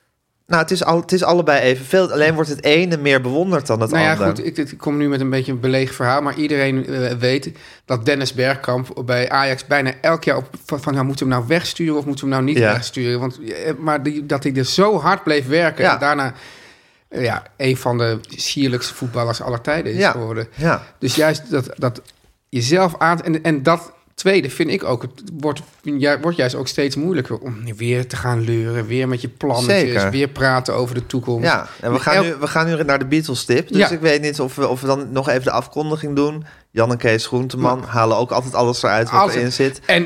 Het is allebei evenveel. Alleen wordt het ene meer bewonderd dan het andere. Goed, ik kom nu met een beetje een belegen verhaal... maar iedereen weet dat Dennis Bergkamp bij Ajax bijna elk jaar... van moeten we hem nou wegsturen of moeten we hem nou niet wegsturen? Dat hij er zo hard bleef werken... en daarna... een van de sierlijkste voetballers aller tijden is geworden. Ja. Dus juist dat jezelf aan... En dat tweede vind ik ook... Het wordt juist ook steeds moeilijker... om weer te gaan leuren, weer met je plannetjes... weer praten over de toekomst. Ja, en we gaan nu naar de Beatles-tip. Dus ik weet niet of we dan nog even de afkondiging doen... Jan en Kees Groenteman halen ook altijd alles eruit wat erin zit. En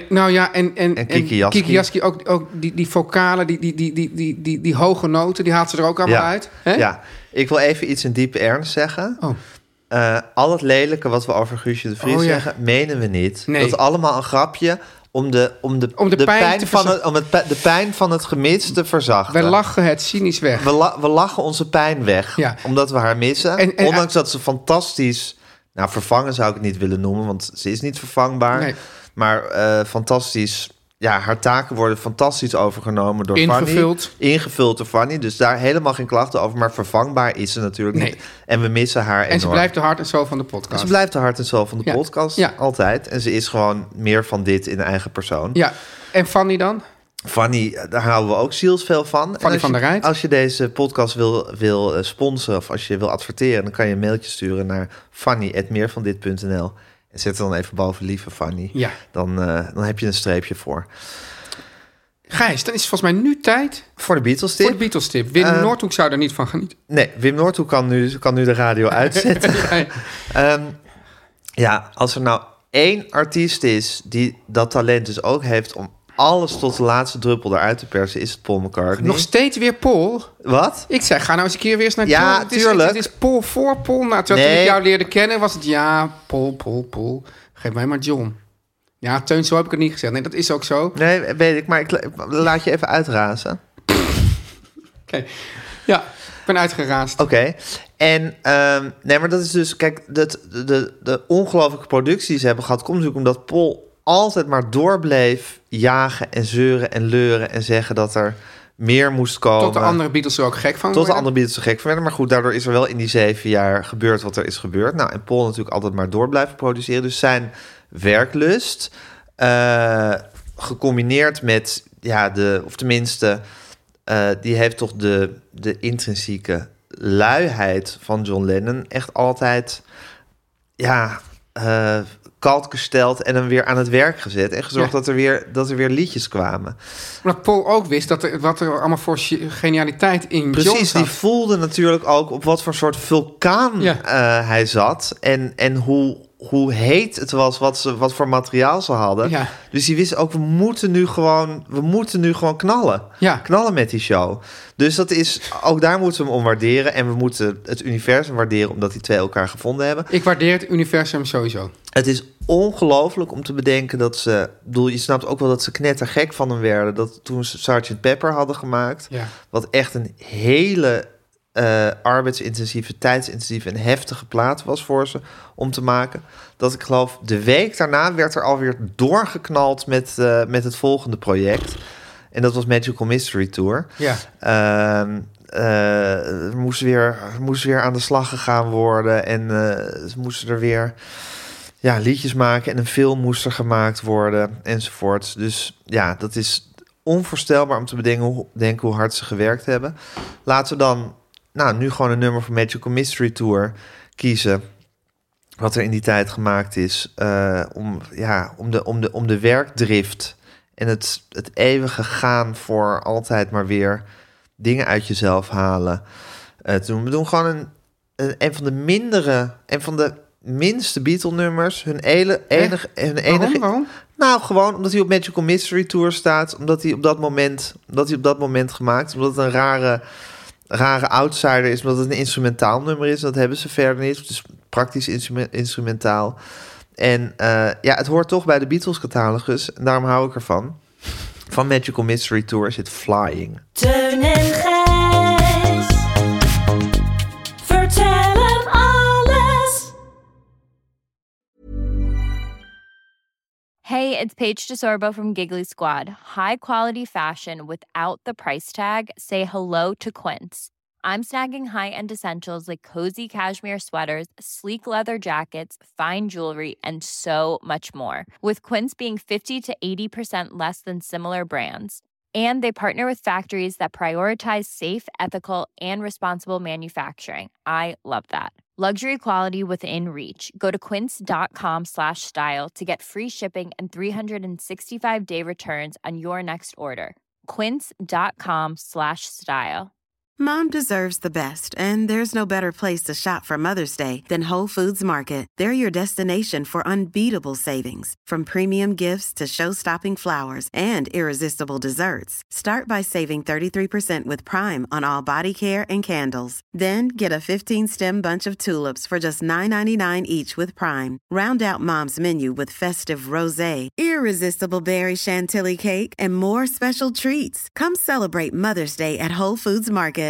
Kiki Jaski ook die vocalen, die hoge noten, die haalt ze er ook allemaal uit. Hè? Ja, ik wil even iets in diepe ernst zeggen. Al het lelijke wat we over Guusje de Vries zeggen, menen we niet. Nee. Dat is allemaal een grapje om de pijn van het gemis te verzachten. We lachen het cynisch weg. We lachen onze pijn weg, omdat we haar missen. Ondanks dat ze fantastisch... vervangen zou ik het niet willen noemen, want ze is niet vervangbaar. Nee. Maar fantastisch... haar taken worden fantastisch overgenomen door Fanny. Ingevuld door Fanny. Dus daar helemaal geen klachten over. Maar vervangbaar is ze natuurlijk niet. En we missen haar enorm. En ze blijft de hart en ziel van de podcast. Ze blijft de hart en ziel van de podcast, altijd. En ze is gewoon meer van dit in eigen persoon. Ja, en Fanny dan? Fanny, daar houden we ook zielsveel van. Fanny van der Rijt. Als je deze podcast wil sponsoren of als je wil adverteren... dan kan je een mailtje sturen naar fanny@meervandit.nl. En zet er dan even boven lieve Fanny. Ja. Dan heb je een streepje voor. Gijs, dan is het volgens mij nu tijd... Voor de Beatles-tip. Wim Noordhoek zou er niet van genieten. Nee, Wim Noordhoek kan nu de radio uitzetten. Als er nou één artiest is... die dat talent dus ook heeft... om alles tot de laatste druppel eruit te persen... is het Paul McCartney. Nog steeds weer Paul? Wat? Ik zei, ga nou eens een keer weer eens naar... Ja, tuurlijk. Het is Paul voor Paul. Toen ik jou leerde kennen, was het... Ja, Paul. Geef mij maar John. Ja, Teun, zo heb ik het niet gezegd. Nee, dat is ook zo. Nee, weet ik, maar ik laat je even uitrazen. Oké. Ja, ik ben uitgeraasd. Oké. En nee, maar dat is dus... Kijk, de ongelofelijke productie die ze hebben gehad... komt natuurlijk omdat Paul altijd maar doorbleef jagen en zeuren en leuren... en zeggen dat er meer moest komen. Tot de andere Beatles er ook gek van Tot de andere Beatles er gek van werden. Maar goed, daardoor is er wel in die 7 jaar gebeurd wat er is gebeurd. Nou, en Paul natuurlijk altijd maar door blijven produceren. Dus zijn werklust... gecombineerd met, of tenminste, die heeft toch de intrinsieke luiheid van John Lennon echt altijd, kalt gesteld en hem weer aan het werk gezet en gezorgd dat er weer liedjes kwamen. Omdat Paul ook wist wat er allemaal voor genialiteit in John zat. Precies, die voelde natuurlijk ook op wat voor soort vulkaan hij zat en hoe heet het was, wat voor materiaal ze hadden. Ja. Dus die wist ook, we moeten nu gewoon knallen. Ja. Knallen met die show. Dus dat is, ook daar moeten we hem om waarderen. En we moeten het universum waarderen, omdat die twee elkaar gevonden hebben. Ik waardeer het universum sowieso. Het is ongelooflijk om te bedenken dat ze... je snapt ook wel dat ze knettergek van hem werden. Dat toen ze Sgt. Pepper hadden gemaakt. Ja. Wat echt een hele... arbeidsintensieve, tijdsintensieve en heftige plaat was voor ze om te maken. Dat ik geloof, de week daarna werd er alweer doorgeknald met het volgende project. En dat was Magical Mystery Tour. Ja. Er moest weer aan de slag gegaan worden. En ze moesten er weer liedjes maken. En een film moest er gemaakt worden. Enzovoorts. Dus ja, dat is onvoorstelbaar om te bedenken hoe hard ze gewerkt hebben. Laten we dan nu gewoon een nummer voor Magical Mystery Tour kiezen. Wat er in die tijd gemaakt is. Om de werkdrift. En het eeuwige gaan voor altijd maar weer dingen uit jezelf halen. We doen gewoon een van de mindere en van de minste Beatle-nummers. Hun enige. Waarom? Nou, gewoon omdat hij op Magical Mystery Tour staat. Omdat hij op dat moment gemaakt is. Omdat het een rare outsider is, omdat het een instrumentaal nummer is. Dat hebben ze verder niet. Het is praktisch instrumentaal. En het hoort toch bij de Beatles-catalogus. En daarom hou ik ervan. Van Magical Mystery Tour zit Flying. Teun en Gijs. Vertel hem alles. Hey, it's Paige DeSorbo from Giggly Squad. High quality fashion without the price tag. Say hello to Quince. I'm snagging high-end essentials like cozy cashmere sweaters, sleek leather jackets, fine jewelry, and so much more. With Quince being 50 to 80% less than similar brands. And they partner with factories that prioritize safe, ethical, and responsible manufacturing. I love that. Luxury quality within reach. Go to quince.com/style to get free shipping and 365-day returns on your next order. Quince.com/style. Mom deserves the best, and there's no better place to shop for Mother's Day than Whole Foods Market. They're your destination for unbeatable savings, from premium gifts to show-stopping flowers and irresistible desserts. Start by saving 33% with Prime on all body care and candles. Then get a 15-stem bunch of tulips for just $9.99 each with Prime. Round out Mom's menu with festive rosé, irresistible berry chantilly cake, and more special treats. Come celebrate Mother's Day at Whole Foods Market.